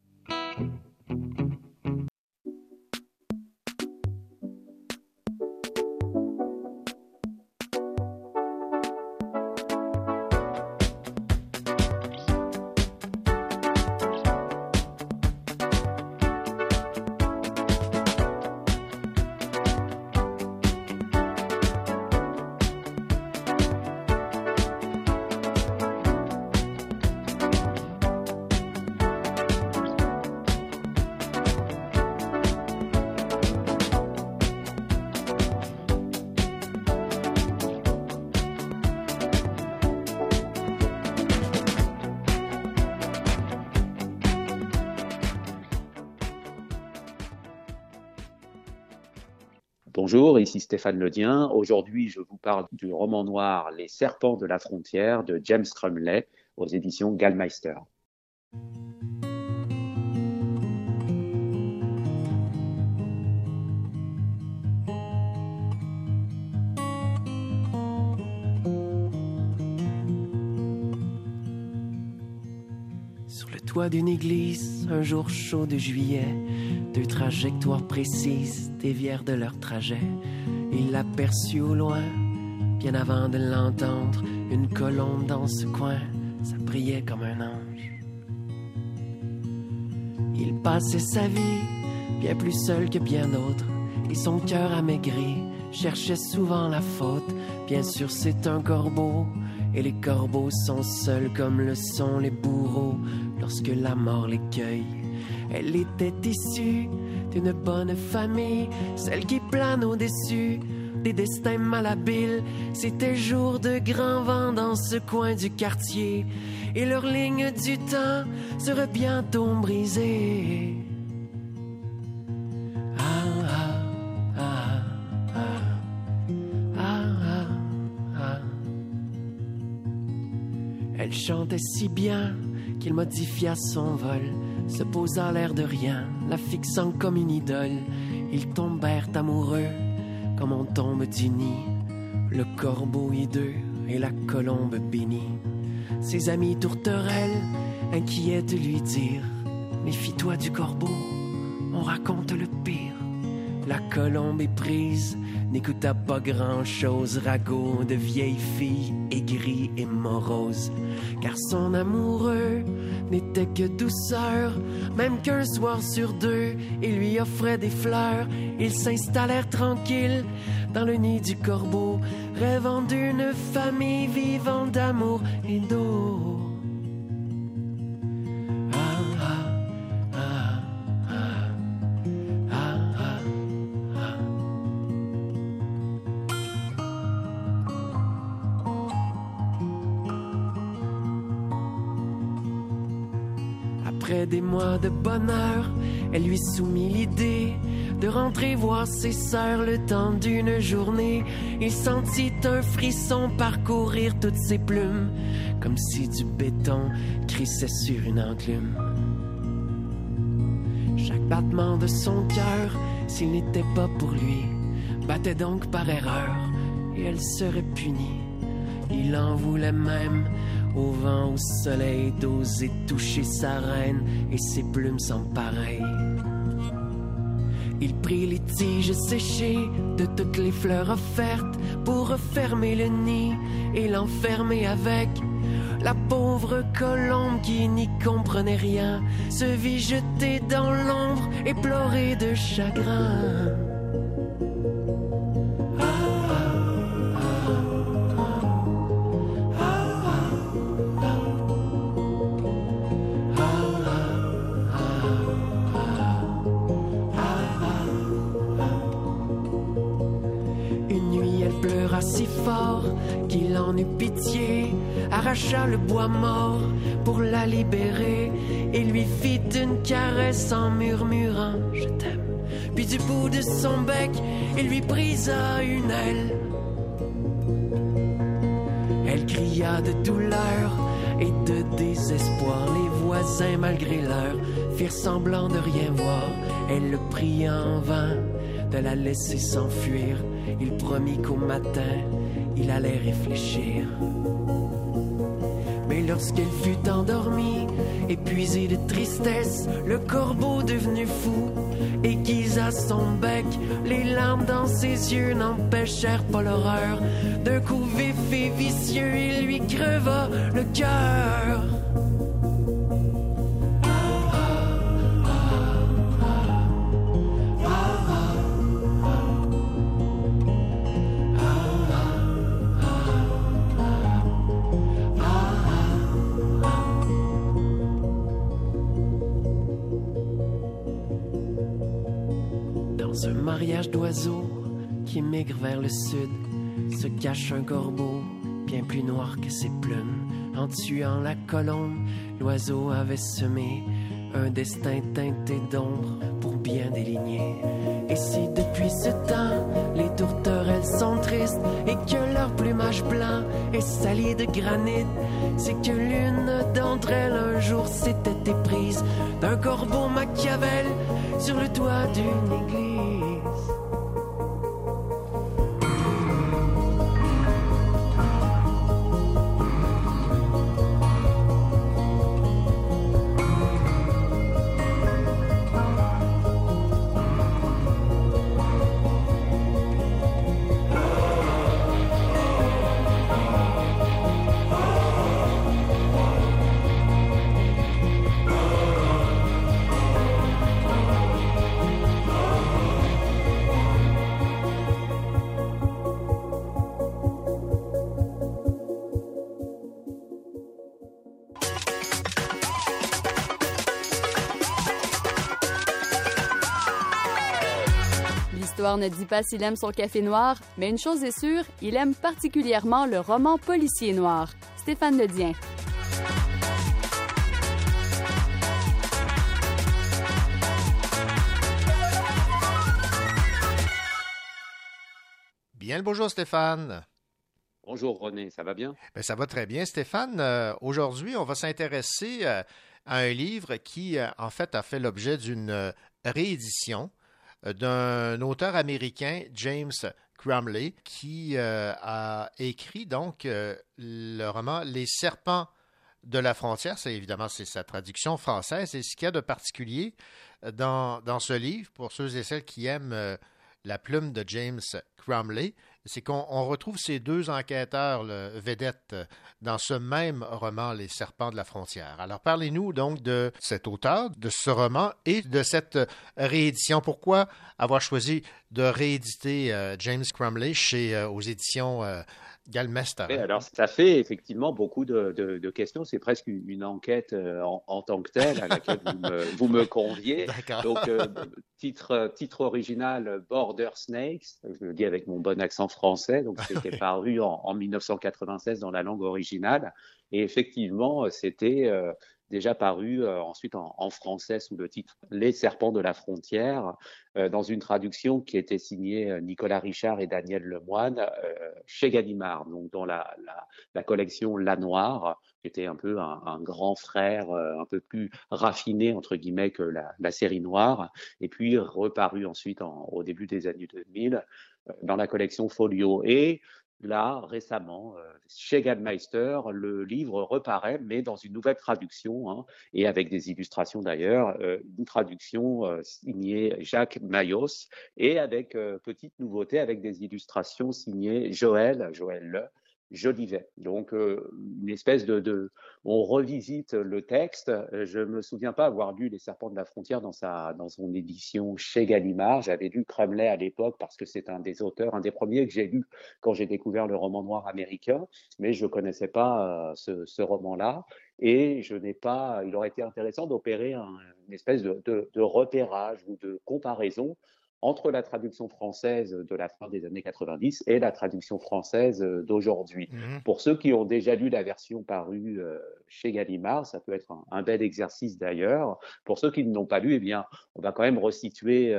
Bonjour, ici Stéphane Ledien. Aujourd'hui, je vous parle du roman noir Les Serpents de la Frontière de James Crumley aux éditions Gallmeister. Sur le toit d'une église, un jour chaud de juillet, deux trajectoires précises dévièrent de leur trajet. Il l'aperçut au loin, bien avant de l'entendre, une colombe dans ce coin, ça brillait comme un ange. Il passait sa vie, bien plus seul que bien d'autres, et son cœur amaigri cherchait souvent la faute. Bien sûr c'est un corbeau, et les corbeaux sont seuls comme le sont les bourreaux lorsque la mort les cueille. Elle était issue d'une bonne famille, celle qui plane au-dessus des destins malhabiles. C'était jour de grand vent dans ce coin du quartier, et leur ligne du temps serait bientôt brisée. Elle chantait si bien qu'il modifia son vol, se posa l'air de rien, la fixant comme une idole. Ils tombèrent amoureux comme on tombe du nid, le corbeau hideux et la colombe bénie. Ses amis tourterelles, inquiets de lui dire: méfie-toi du corbeau, on raconte le pire. La colombe éprise n'écouta pas grand-chose, ragot de vieille fille aigrie et mauvaise. en rose, car son amoureux n'était que douceur. Même qu'un soir sur deux, il lui offrait des fleurs. Ils s'installèrent tranquilles dans le nid du corbeau, rêvant d'une famille vivant d'amour et d'eau. Après des mois de bonheur, elle lui soumit l'idée de rentrer voir ses sœurs le temps d'une journée. Il sentit un frisson parcourir toutes ses plumes, comme si du béton crissait sur une enclume. Chaque battement de son cœur, s'il n'était pas pour lui, battait donc par erreur, et elle serait punie. Il en voulait même au vent, au soleil, d'oser toucher sa reine et ses plumes sans pareil. Il prit les tiges séchées de toutes les fleurs offertes pour refermer le nid et l'enfermer avec. La pauvre colombe qui n'y comprenait rien se vit jetée dans l'ombre et pleurer de chagrin. Si fort qu'il en eut pitié, arracha le bois mort pour la libérer et lui fit une caresse en murmurant « Je t'aime ». Puis du bout de son bec, il lui brisa une aile. Elle cria de douleur et de désespoir. Les voisins, malgré l'heure, firent semblant de rien voir. Elle le pria en vain de la laisser s'enfuir. Il promit qu'au matin, il allait réfléchir. Mais lorsqu'elle fut endormie, épuisée de tristesse, le corbeau devenu fou aiguisa son bec. Les larmes dans ses yeux n'empêchèrent pas l'horreur. D'un coup vif et vicieux, il lui creva le cœur. Dans un mariage d'oiseaux qui émigre vers le sud, se cache un corbeau bien plus noir que ses plumes. En tuant la colombe, l'oiseau avait semé un destin teinté d'ombre pour bien déligner. Et si depuis ce temps, les tourterelles sont tristes et que leur plumage blanc est sali de granit, c'est que l'une d'entre elles un jour s'était éprise d'un corbeau Machiavel sur le toit d'une église. L'histoire ne dit pas s'il aime son café noir, mais une chose est sûre, il aime particulièrement le roman policier noir. Stéphane Ledien. Bien le bonjour Stéphane. Bonjour René, ça va bien? Bien, ça va très bien Stéphane. Aujourd'hui, on va s'intéresser à un livre qui, en fait, a fait l'objet d'une réédition d'un auteur américain, James Crumley, qui a écrit donc le roman Les serpents de la frontière. C'est sa traduction française. Et ce qu'il y a de particulier dans ce livre, pour ceux et celles qui aiment la plume de James Crumley, c'est qu'on retrouve ces deux enquêteurs vedettes dans ce même roman, Les Serpents de la frontière. Alors, parlez-nous donc de cet auteur, de ce roman et de cette réédition. Pourquoi avoir choisi de rééditer James Crumley aux éditions Galmeister? Alors, ça fait effectivement beaucoup de questions. C'est presque une enquête en tant que telle à laquelle vous me conviez. Donc, titre original, Border Snakes. Je le dis avec mon bon accent français. Donc, c'était paru en 1996 dans la langue originale. Et effectivement, c'était déjà paru ensuite en français sous le titre Les Serpents de la frontière, dans une traduction qui était signée Nicolas Richard et Daniel Lemoine chez Gallimard, donc dans la collection La Noire, qui était un peu un grand frère un peu plus raffiné entre guillemets que la série Noire, et puis reparu ensuite au début des années 2000 dans la collection Folio. Et là, récemment, chez Gallmeister, le livre reparaît, mais dans une nouvelle traduction, hein, et avec des illustrations d'ailleurs, une traduction signée Jacques Mayos, et avec, petite nouveauté, avec des illustrations signées Joël Le Jolivet. Donc, une espèce on revisite le texte. Je me souviens pas avoir lu Les Serpents de la frontière dans son édition chez Gallimard. J'avais lu Crumley à l'époque parce que c'est un des auteurs, un des premiers que j'ai lu quand j'ai découvert le roman noir américain, mais je connaissais pas ce roman-là. Et il aurait été intéressant d'opérer une espèce de repérage ou de comparaison entre la traduction française de la fin des années 90 et la traduction française d'aujourd'hui. Pour ceux qui ont déjà lu la version parue chez Gallimard, ça peut être un bel exercice d'ailleurs. Pour ceux qui ne l'ont pas lu, eh bien, on va quand même resituer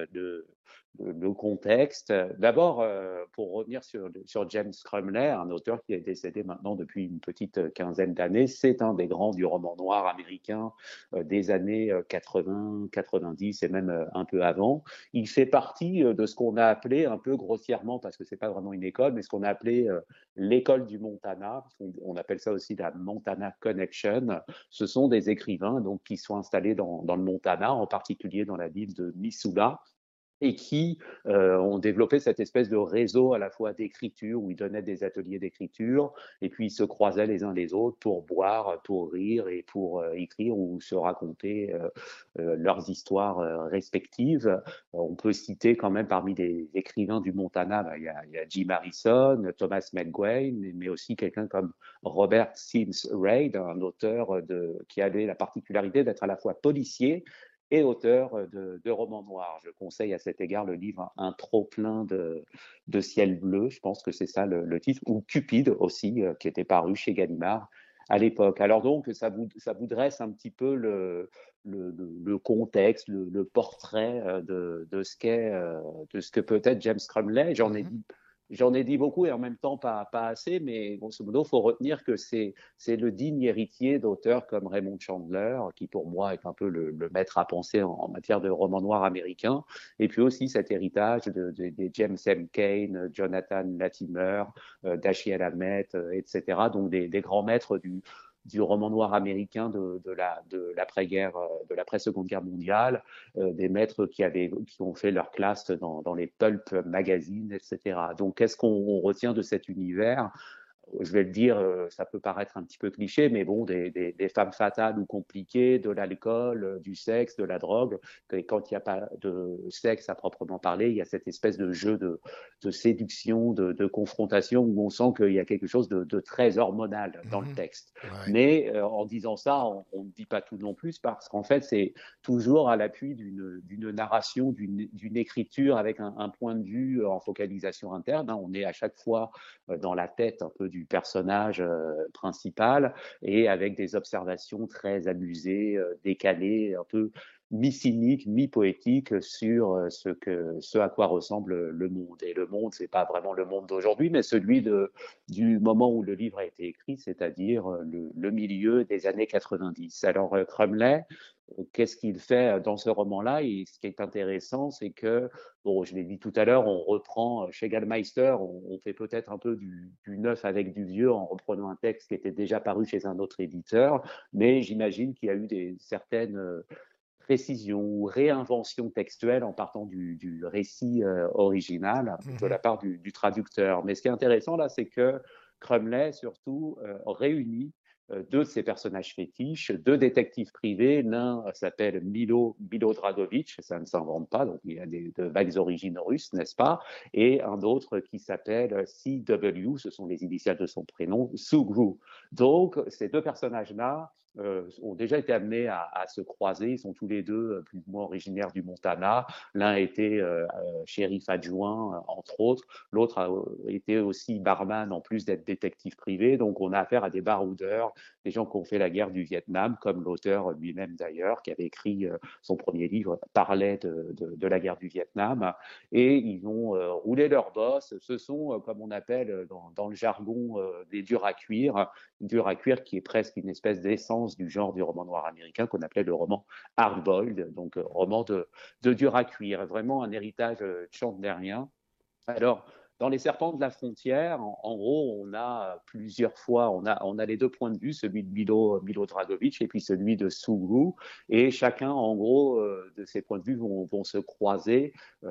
le contexte. D'abord, pour revenir sur James Crumley, un auteur qui est décédé maintenant depuis une petite quinzaine d'années, c'est un des grands du roman noir américain des années 80, 90 et même un peu avant. Il fait partie de ce qu'on a appelé un peu grossièrement, parce que c'est pas vraiment une école, mais ce qu'on a appelé l'école du Montana. On appelle ça aussi la Montana Connection. Ce sont des écrivains donc qui sont installés dans le Montana, en particulier dans la ville de Missoula, et qui ont développé cette espèce de réseau à la fois d'écriture, où ils donnaient des ateliers d'écriture, et puis ils se croisaient les uns les autres pour boire, pour rire et pour écrire ou se raconter leurs histoires respectives. On peut citer quand même parmi les écrivains du Montana, il y a Jim Harrison, Thomas McGuane, mais aussi quelqu'un comme Robert Sims Reid, un auteur qui avait la particularité d'être à la fois policier et auteur de romans noirs. Je conseille à cet égard le livre Un trop-plein de ciel bleu, je pense que c'est ça le titre, ou Cupide aussi, qui était paru chez Gallimard à l'époque. Alors donc, ça vous dresse un petit peu le contexte, le portrait de ce que peut être James Crumley. J'en ai dit beaucoup et en même temps pas assez, mais grosso modo, il faut retenir que c'est le digne héritier d'auteurs comme Raymond Chandler, qui pour moi est un peu le maître à penser en matière de roman noir américain, et puis aussi cet héritage des James M. Cain, Jonathan Latimer, Dashiell Hammett, etc., donc des grands maîtres du roman noir américain de l'après-guerre, de l'après-seconde guerre mondiale, des maîtres qui ont fait leur classe dans les pulp magazines, etc. Donc, qu'est-ce qu'on retient de cet univers? Je vais le dire, ça peut paraître un petit peu cliché, mais bon, des femmes fatales ou compliquées, de l'alcool, du sexe, de la drogue. Quand il n'y a pas de sexe à proprement parler, il y a cette espèce de jeu de séduction, de confrontation, où on sent qu'il y a quelque chose de très hormonal dans le texte. Ouais. Mais en disant ça, on ne dit pas tout non plus, parce qu'en fait, c'est toujours à l'appui d'une narration, d'une écriture avec un point de vue en focalisation interne. On est à chaque fois dans la tête un peu du personnage principal, et avec des observations très amusées, décalées, un peu mi-cynique, mi-poétique sur ce à quoi ressemble le monde. Et le monde, c'est pas vraiment le monde d'aujourd'hui, mais celui du moment où le livre a été écrit, c'est-à-dire le milieu des années 90. Alors, Crumley, qu'est-ce qu'il fait dans ce roman-là? Et ce qui est intéressant, c'est que, bon, je l'ai dit tout à l'heure, on reprend chez Gallmeister, on fait peut-être un peu du neuf avec du vieux en reprenant un texte qui était déjà paru chez un autre éditeur, mais j'imagine qu'il y a eu certaines précision ou réinvention textuelle en partant du récit original de la part du traducteur. Mais ce qui est intéressant là, c'est que Crumley, surtout, réunit deux de ses personnages fétiches, deux détectives privés. L'un s'appelle Milo Dragovich, ça ne s'invente pas, donc il y a de vagues origines russes, n'est-ce pas? Et un autre qui s'appelle CW, ce sont les initiales de son prénom, Sugru. Donc, ces deux personnages-là ont déjà été amenés à se croiser. Ils sont tous les deux plus ou moins originaires du Montana. L'un était shérif adjoint, entre autres. L'autre a été aussi barman, en plus d'être détective privé. Donc, on a affaire à des baroudeurs, des gens qui ont fait la guerre du Vietnam, comme l'auteur lui-même d'ailleurs, qui avait écrit son premier livre, parlait de la guerre du Vietnam. Et ils ont roulé leur bosse. Ce sont, comme on appelle dans le jargon, des durs à cuire qui est presque une espèce d'essence du genre du roman noir américain qu'on appelait le roman hard-boiled, donc roman de dur à cuire, vraiment un héritage chandlerien. Alors, dans Les Serpents de la frontière, en gros, on a plusieurs fois, on a les deux points de vue, celui de Milo Dragovich et puis celui de Sugru, et chacun, en gros, de ces points de vue vont se croiser,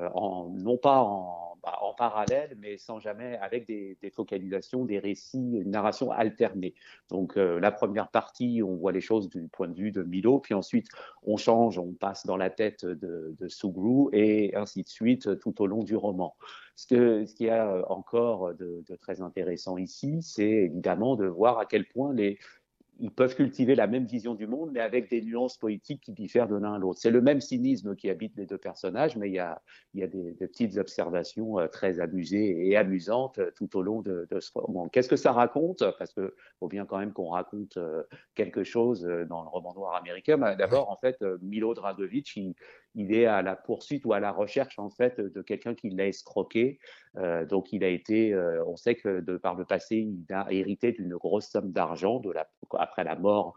non pas en parallèle, mais sans jamais, avec des focalisations, des récits, une narration alternée. Donc, la première partie, on voit les choses du point de vue de Milo, puis ensuite, on change, on passe dans la tête de Sugru, et ainsi de suite, tout au long du roman. Ce qu'il y a encore de très intéressant ici, c'est évidemment de voir à quel point ils peuvent cultiver la même vision du monde, mais avec des nuances politiques qui diffèrent de l'un à l'autre. C'est le même cynisme qui habite les deux personnages, mais il y a des petites observations très amusées et amusantes tout au long de ce roman. Qu'est-ce que ça raconte? Parce qu'il faut bien quand même qu'on raconte quelque chose dans le roman noir américain. D'abord, en fait, Milo Dragovich, il est à la poursuite ou à la recherche en fait de quelqu'un qui l'a escroqué. Donc il a été, on sait que par le passé, il a hérité d'une grosse somme d'argent après la mort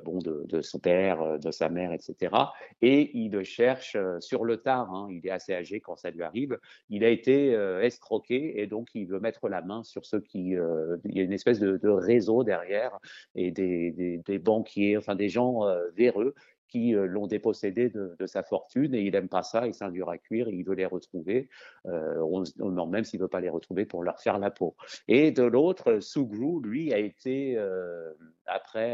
de son père, de sa mère, etc. Et il le cherche sur le tard. Il est assez âgé quand ça lui arrive. Il a été escroqué et donc il veut mettre la main sur ceux qui. Il y a une espèce de réseau derrière et des banquiers, enfin des gens véreux qui l'ont dépossédé de sa fortune, et il n'aime pas ça, c'est un dur à cuire, et il veut les retrouver, même s'il ne veut pas les retrouver pour leur faire la peau. Et de l'autre, Sugru, lui, a été, après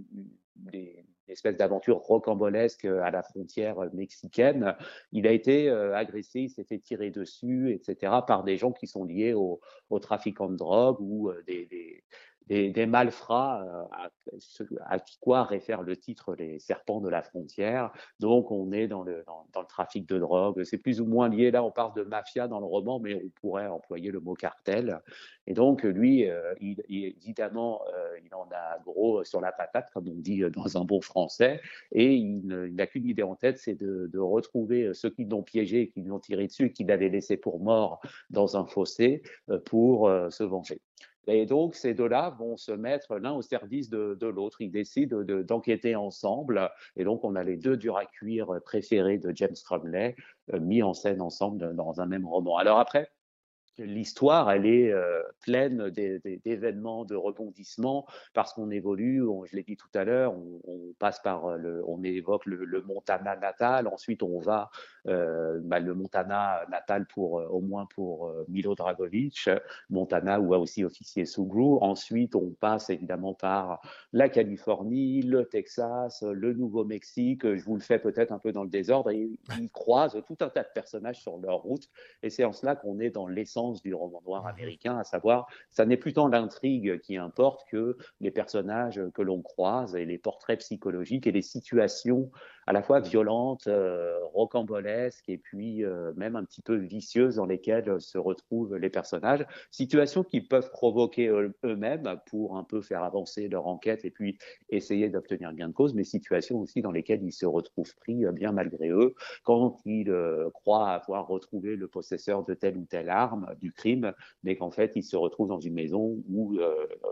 une espèce d'aventure rocambolesque à la frontière mexicaine, il a été agressé, il s'est fait tirer dessus, etc., par des gens qui sont liés au trafiquant de drogue ou des malfrats à quoi réfère le titre Les Serpents de la frontière. Donc on est dans le trafic de drogue, c'est plus ou moins lié, là on parle de mafia dans le roman, mais on pourrait employer le mot cartel. Et donc lui, évidemment, il en a gros sur la patate, comme on dit dans un bon français, et il n'a qu'une idée en tête, c'est de retrouver ceux qui l'ont piégé et qui l'ont tiré dessus et qui l'avaient laissé pour mort dans un fossé pour se venger. Et donc, ces deux-là vont se mettre l'un au service de l'autre. Ils décident d'enquêter ensemble. Et donc, on a les deux durs à cuire préférés de James Crumley mis en scène ensemble dans un même roman. Alors après, l'histoire, elle est pleine d'événements, de rebondissements, parce qu'on évolue, je l'ai dit tout à l'heure, on passe par on évoque le Montana natal, ensuite on va le Montana natal au moins pour Milo Dragovich, Montana où a aussi officié Sugru, ensuite on passe évidemment par la Californie, le Texas, le Nouveau-Mexique, je vous le fais peut-être un peu dans le désordre, et ils croisent tout un tas de personnages sur leur route, et c'est en cela qu'on est dans l'essence du roman noir américain, à savoir, ça n'est plus tant l'intrigue qui importe que les personnages que l'on croise et les portraits psychologiques et les situations à la fois violentes, rocambolesques et puis même un petit peu vicieuses dans lesquelles se retrouvent les personnages. Situations qui peuvent provoquer eux-mêmes pour un peu faire avancer leur enquête et puis essayer d'obtenir gain de cause, mais situations aussi dans lesquelles ils se retrouvent pris bien malgré eux quand ils croient avoir retrouvé le possesseur de telle ou telle arme du crime, mais qu'en fait ils se retrouvent dans une maison où on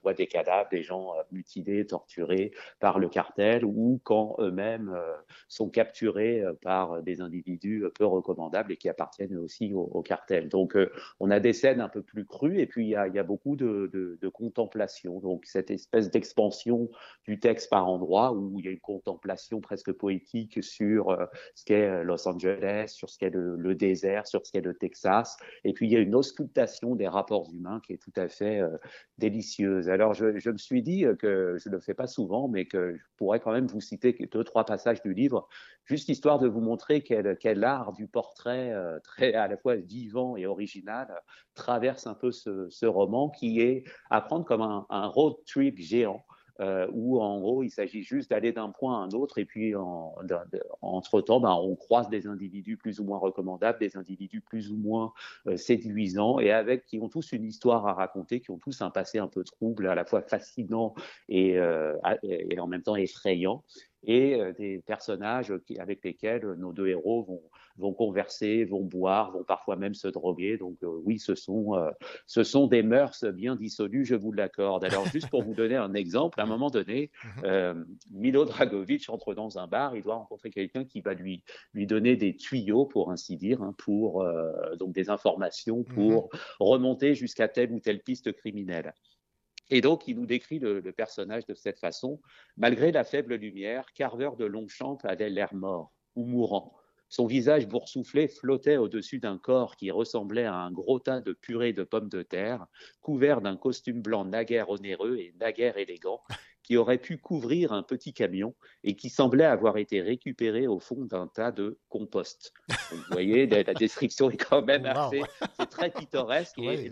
voit des cadavres, des gens mutilés, torturés par le cartel, ou quand eux-mêmes sont capturés par des individus peu recommandables et qui appartiennent aussi au cartel. Donc on a des scènes un peu plus crues, et puis il y a beaucoup de contemplation. Donc cette espèce d'expansion du texte par endroits, où il y a une contemplation presque poétique sur ce qu'est Los Angeles, sur ce qu'est le désert, sur ce qu'est le Texas. Et puis il y a une auscultation des rapports humains qui est tout à fait délicieuse. Alors je me suis dit que je ne le fais pas souvent, mais que je pourrais quand même vous citer 2-3 passages du livre, juste histoire de vous montrer quel art du portrait très à la fois vivant et original traverse un peu ce roman, qui est à prendre comme un road trip géant. Où en gros il s'agit juste d'aller d'un point à un autre, et puis entre-temps on croise des individus plus ou moins recommandables, des individus plus ou moins séduisants, et qui ont tous une histoire à raconter, qui ont tous un passé un peu trouble, à la fois fascinant et en même temps effrayant, et des personnages avec lesquels nos deux héros vont converser, vont boire, vont parfois même se droguer. Donc oui, ce sont des mœurs bien dissolues, je vous l'accorde. Alors juste pour vous donner un exemple, à un moment donné, Milo Dragovic entre dans un bar, il doit rencontrer quelqu'un qui va lui donner des tuyaux, pour ainsi dire, pour donc des informations pour remonter jusqu'à telle ou telle piste criminelle. Et donc, il nous décrit le personnage de cette façon. Malgré la faible lumière, Carver de Longchamp avait l'air mort ou mourant. Son visage boursouflé flottait au-dessus d'un corps qui ressemblait à un gros tas de purée de pommes de terre, couvert d'un costume blanc naguère onéreux et naguère élégant, qui aurait pu couvrir un petit camion et qui semblait avoir été récupéré au fond d'un tas de compost. Donc, vous voyez, la description est quand même c'est très pittoresque, et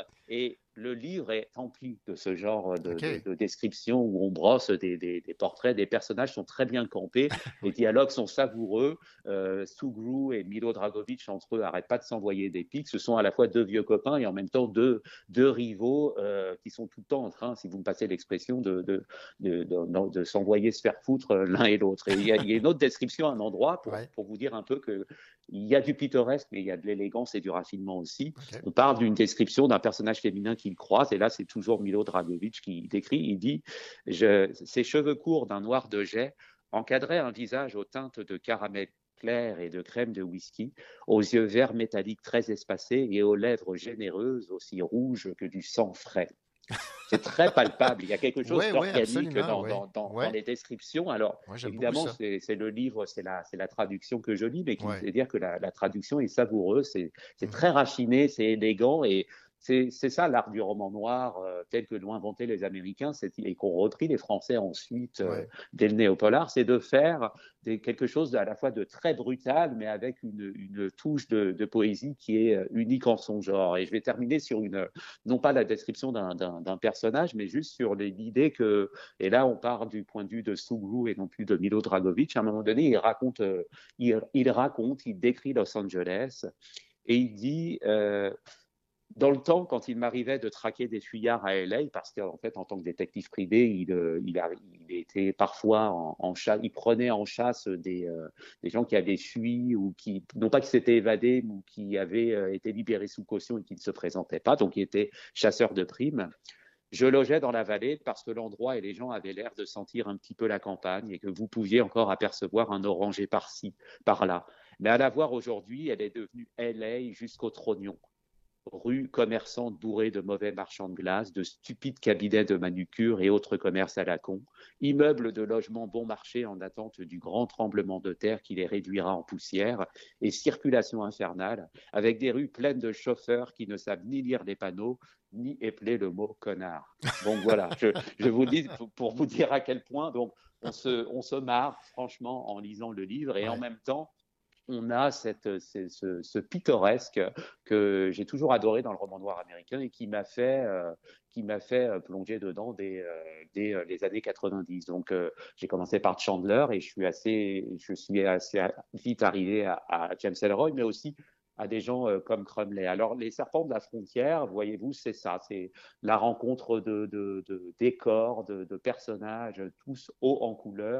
le livre est empli de ce genre de description, où on brosse des portraits, des personnages sont très bien campés, les dialogues sont savoureux. Sugrue et Milo Dragovic, entre eux, n'arrêtent pas de s'envoyer des pics. Ce sont à la fois deux vieux copains et en même temps deux rivaux qui sont tout le temps en train, si vous me passez l'expression, de s'envoyer se faire foutre l'un et l'autre. Et il y a une autre description à un endroit pour vous dire un peu qu'il y a du pittoresque, mais il y a de l'élégance et du raffinement aussi. On parle d'une description d'un personnage féminin qu'il croise, et là c'est toujours Milo Dragovic qui décrit, il dit « Ses cheveux courts d'un noir de jais encadraient un visage aux teintes de caramel clair et de crème de whisky, aux yeux verts métalliques très espacés et aux lèvres généreuses aussi rouges que du sang frais. » C'est très palpable. Il y a quelque chose d'organique dans les descriptions. Alors, évidemment, c'est le livre, c'est la traduction que je lis, mais qui veut dire que la traduction est savoureuse, c'est très raffiné, c'est élégant, et c'est ça l'art du roman noir tel que l'ont inventé les Américains et qu'ont repris les Français ensuite dès le néopolar, c'est de faire quelque chose à la fois de très brutal, mais avec une touche de poésie qui est unique en son genre. Et je vais terminer sur non pas la description d'un personnage, mais juste sur l'idée que, et là on part du point de vue de Sugrue et non plus de Milo Dragovic, à un moment donné il décrit Los Angeles, et il dit dans le temps, quand il m'arrivait de traquer des fuyards à LA, parce qu'en fait, en tant que détective privé, il était parfois il prenait en chasse des gens qui avaient fui, ou qui, non pas qui s'étaient évadés, mais qui avaient été libérés sous caution et qui ne se présentaient pas, donc il était chasseur de primes. Je logeais dans la vallée parce que l'endroit et les gens avaient l'air de sentir un petit peu la campagne, et que vous pouviez encore apercevoir un oranger par-ci, par-là. Mais à la voir aujourd'hui, elle est devenue LA jusqu'au trognon. Rue commerçante bourrée de mauvais marchands de glace, de stupides cabinets de manucure et autres commerces à la con, immeubles de logements bon marché en attente du grand tremblement de terre qui les réduira en poussière, et circulation infernale, avec des rues pleines de chauffeurs qui ne savent ni lire les panneaux, ni épeler le mot connard. Donc voilà, je vous dis, pour vous dire à quel point donc, on se marre franchement en lisant le livre, et en même temps, on a ce pittoresque que j'ai toujours adoré dans le roman noir américain, et qui m'a fait plonger dedans dès les années 90. Donc, j'ai commencé par Chandler, et je suis assez vite arrivé à James Ellroy, mais aussi à des gens comme Crumley. Alors, Les Serpents de la Frontière, voyez-vous, c'est ça, c'est la rencontre de décors, de personnages, tous hauts en couleur,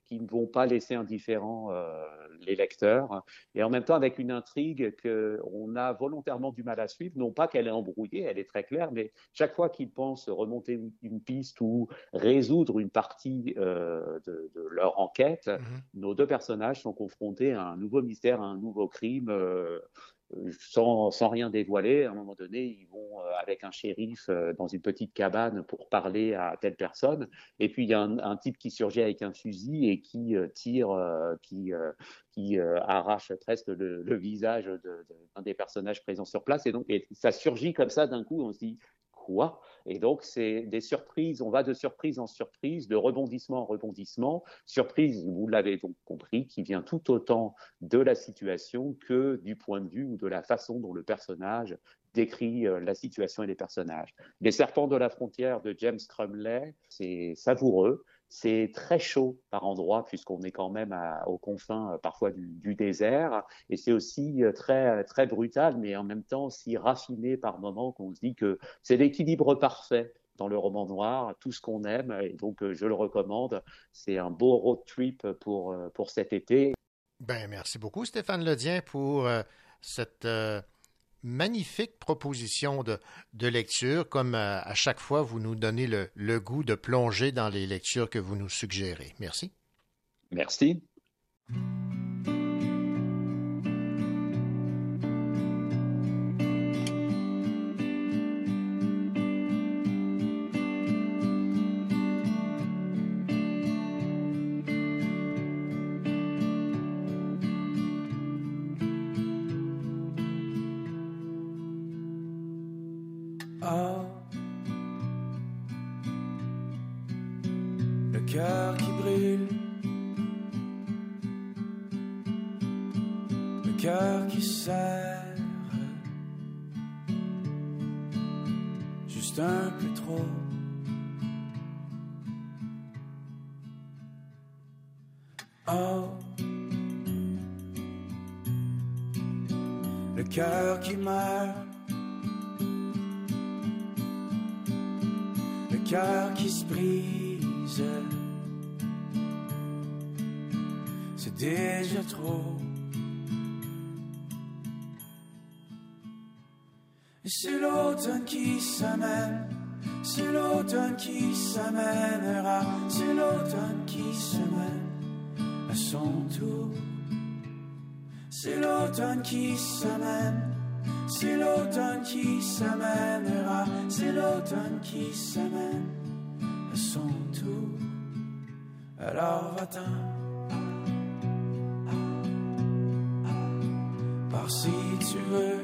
qui ne vont pas laisser indifférents les lecteurs, et en même temps avec une intrigue qu'on a volontairement du mal à suivre, non pas qu'elle est embrouillée, elle est très claire, mais chaque fois qu'ils pensent remonter une piste ou résoudre une partie de leur enquête, nos deux personnages sont confrontés à un nouveau mystère, à un nouveau crime, sans rien dévoiler. À un moment donné, ils vont avec un shérif dans une petite cabane pour parler à telle personne. Et puis, il y a un type qui surgit avec un fusil et qui tire, qui arrache presque le visage d'un des personnages présents sur place. Et donc, ça surgit comme ça d'un coup. On se dit, quoi ? Et donc, c'est des surprises. On va de surprise en surprise, de rebondissement en rebondissement. Surprise, vous l'avez donc compris, qui vient tout autant de la situation que du point de vue ou de la façon dont le personnage décrit la situation et les personnages. Les Serpents de la frontière de James Crumley, c'est savoureux. C'est très chaud par endroits, puisqu'on est quand même aux confins parfois du désert. Et c'est aussi très, très brutal, mais en même temps si raffiné par moments qu'on se dit que c'est l'équilibre parfait dans le roman noir, tout ce qu'on aime. Et donc, je le recommande. C'est un beau road trip pour cet été. Merci beaucoup, Stéphane Ledien, pour cette magnifique proposition de lecture. Comme à chaque fois, vous nous donnez le goût de plonger dans les lectures que vous nous suggérez. Merci. Merci. cœur qui brûle, le cœur qui serre, juste un peu trop. Oh, le cœur qui meurt, le cœur qui se brise, c'est déjà trop. Et c'est l'automne qui s'amène, c'est l'automne qui s'amènera, c'est l'automne qui s'amène à son tour. C'est l'automne qui s'amène, c'est l'automne qui s'amènera, c'est l'automne qui s'amène à son tour. Alors va-t'en, par si tu veux,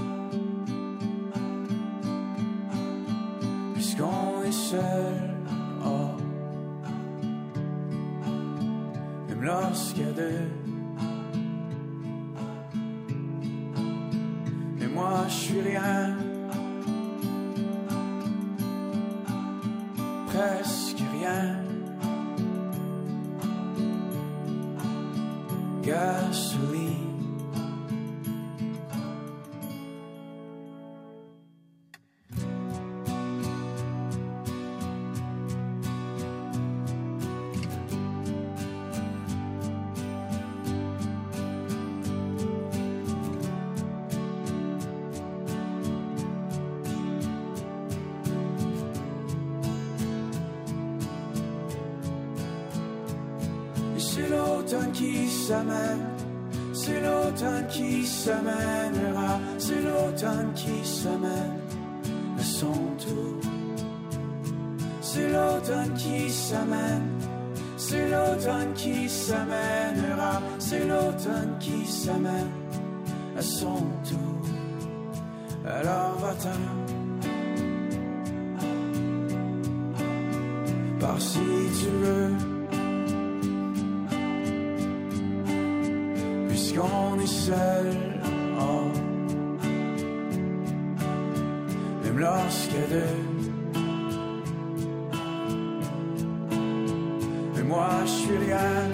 puisqu'on est seul, oh, même lorsqu'il y a deux. Et moi je suis rien, presque rien. Gasoline. C'est l'automne qui s'amène, c'est l'automne qui s'amènera, c'est l'automne qui s'amène à son tour. C'est l'automne qui s'amène, c'est l'automne qui s'amènera, c'est l'automne qui s'amène à son tour. Alors va-t'en, par si tu veux, puisqu'on est seul, oh, même lorsqu'il y a deux. Mais moi je suis rien,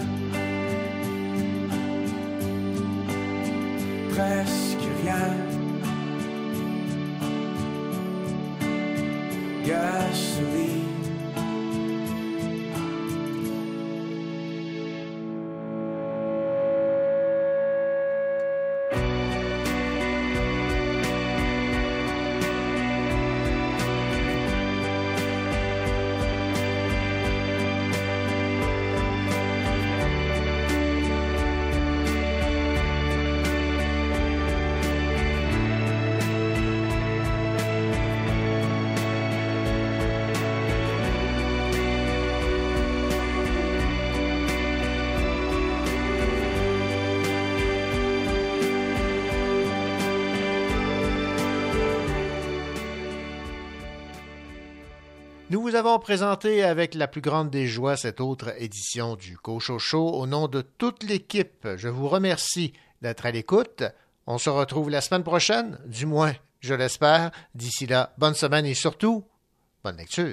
presque rien. Gasoline. Nous vous avons présenté avec la plus grande des joies cette autre édition du Cochot Show. Au nom de toute l'équipe, je vous remercie d'être à l'écoute. On se retrouve la semaine prochaine, du moins, je l'espère. D'ici là, bonne semaine et surtout, bonne lecture.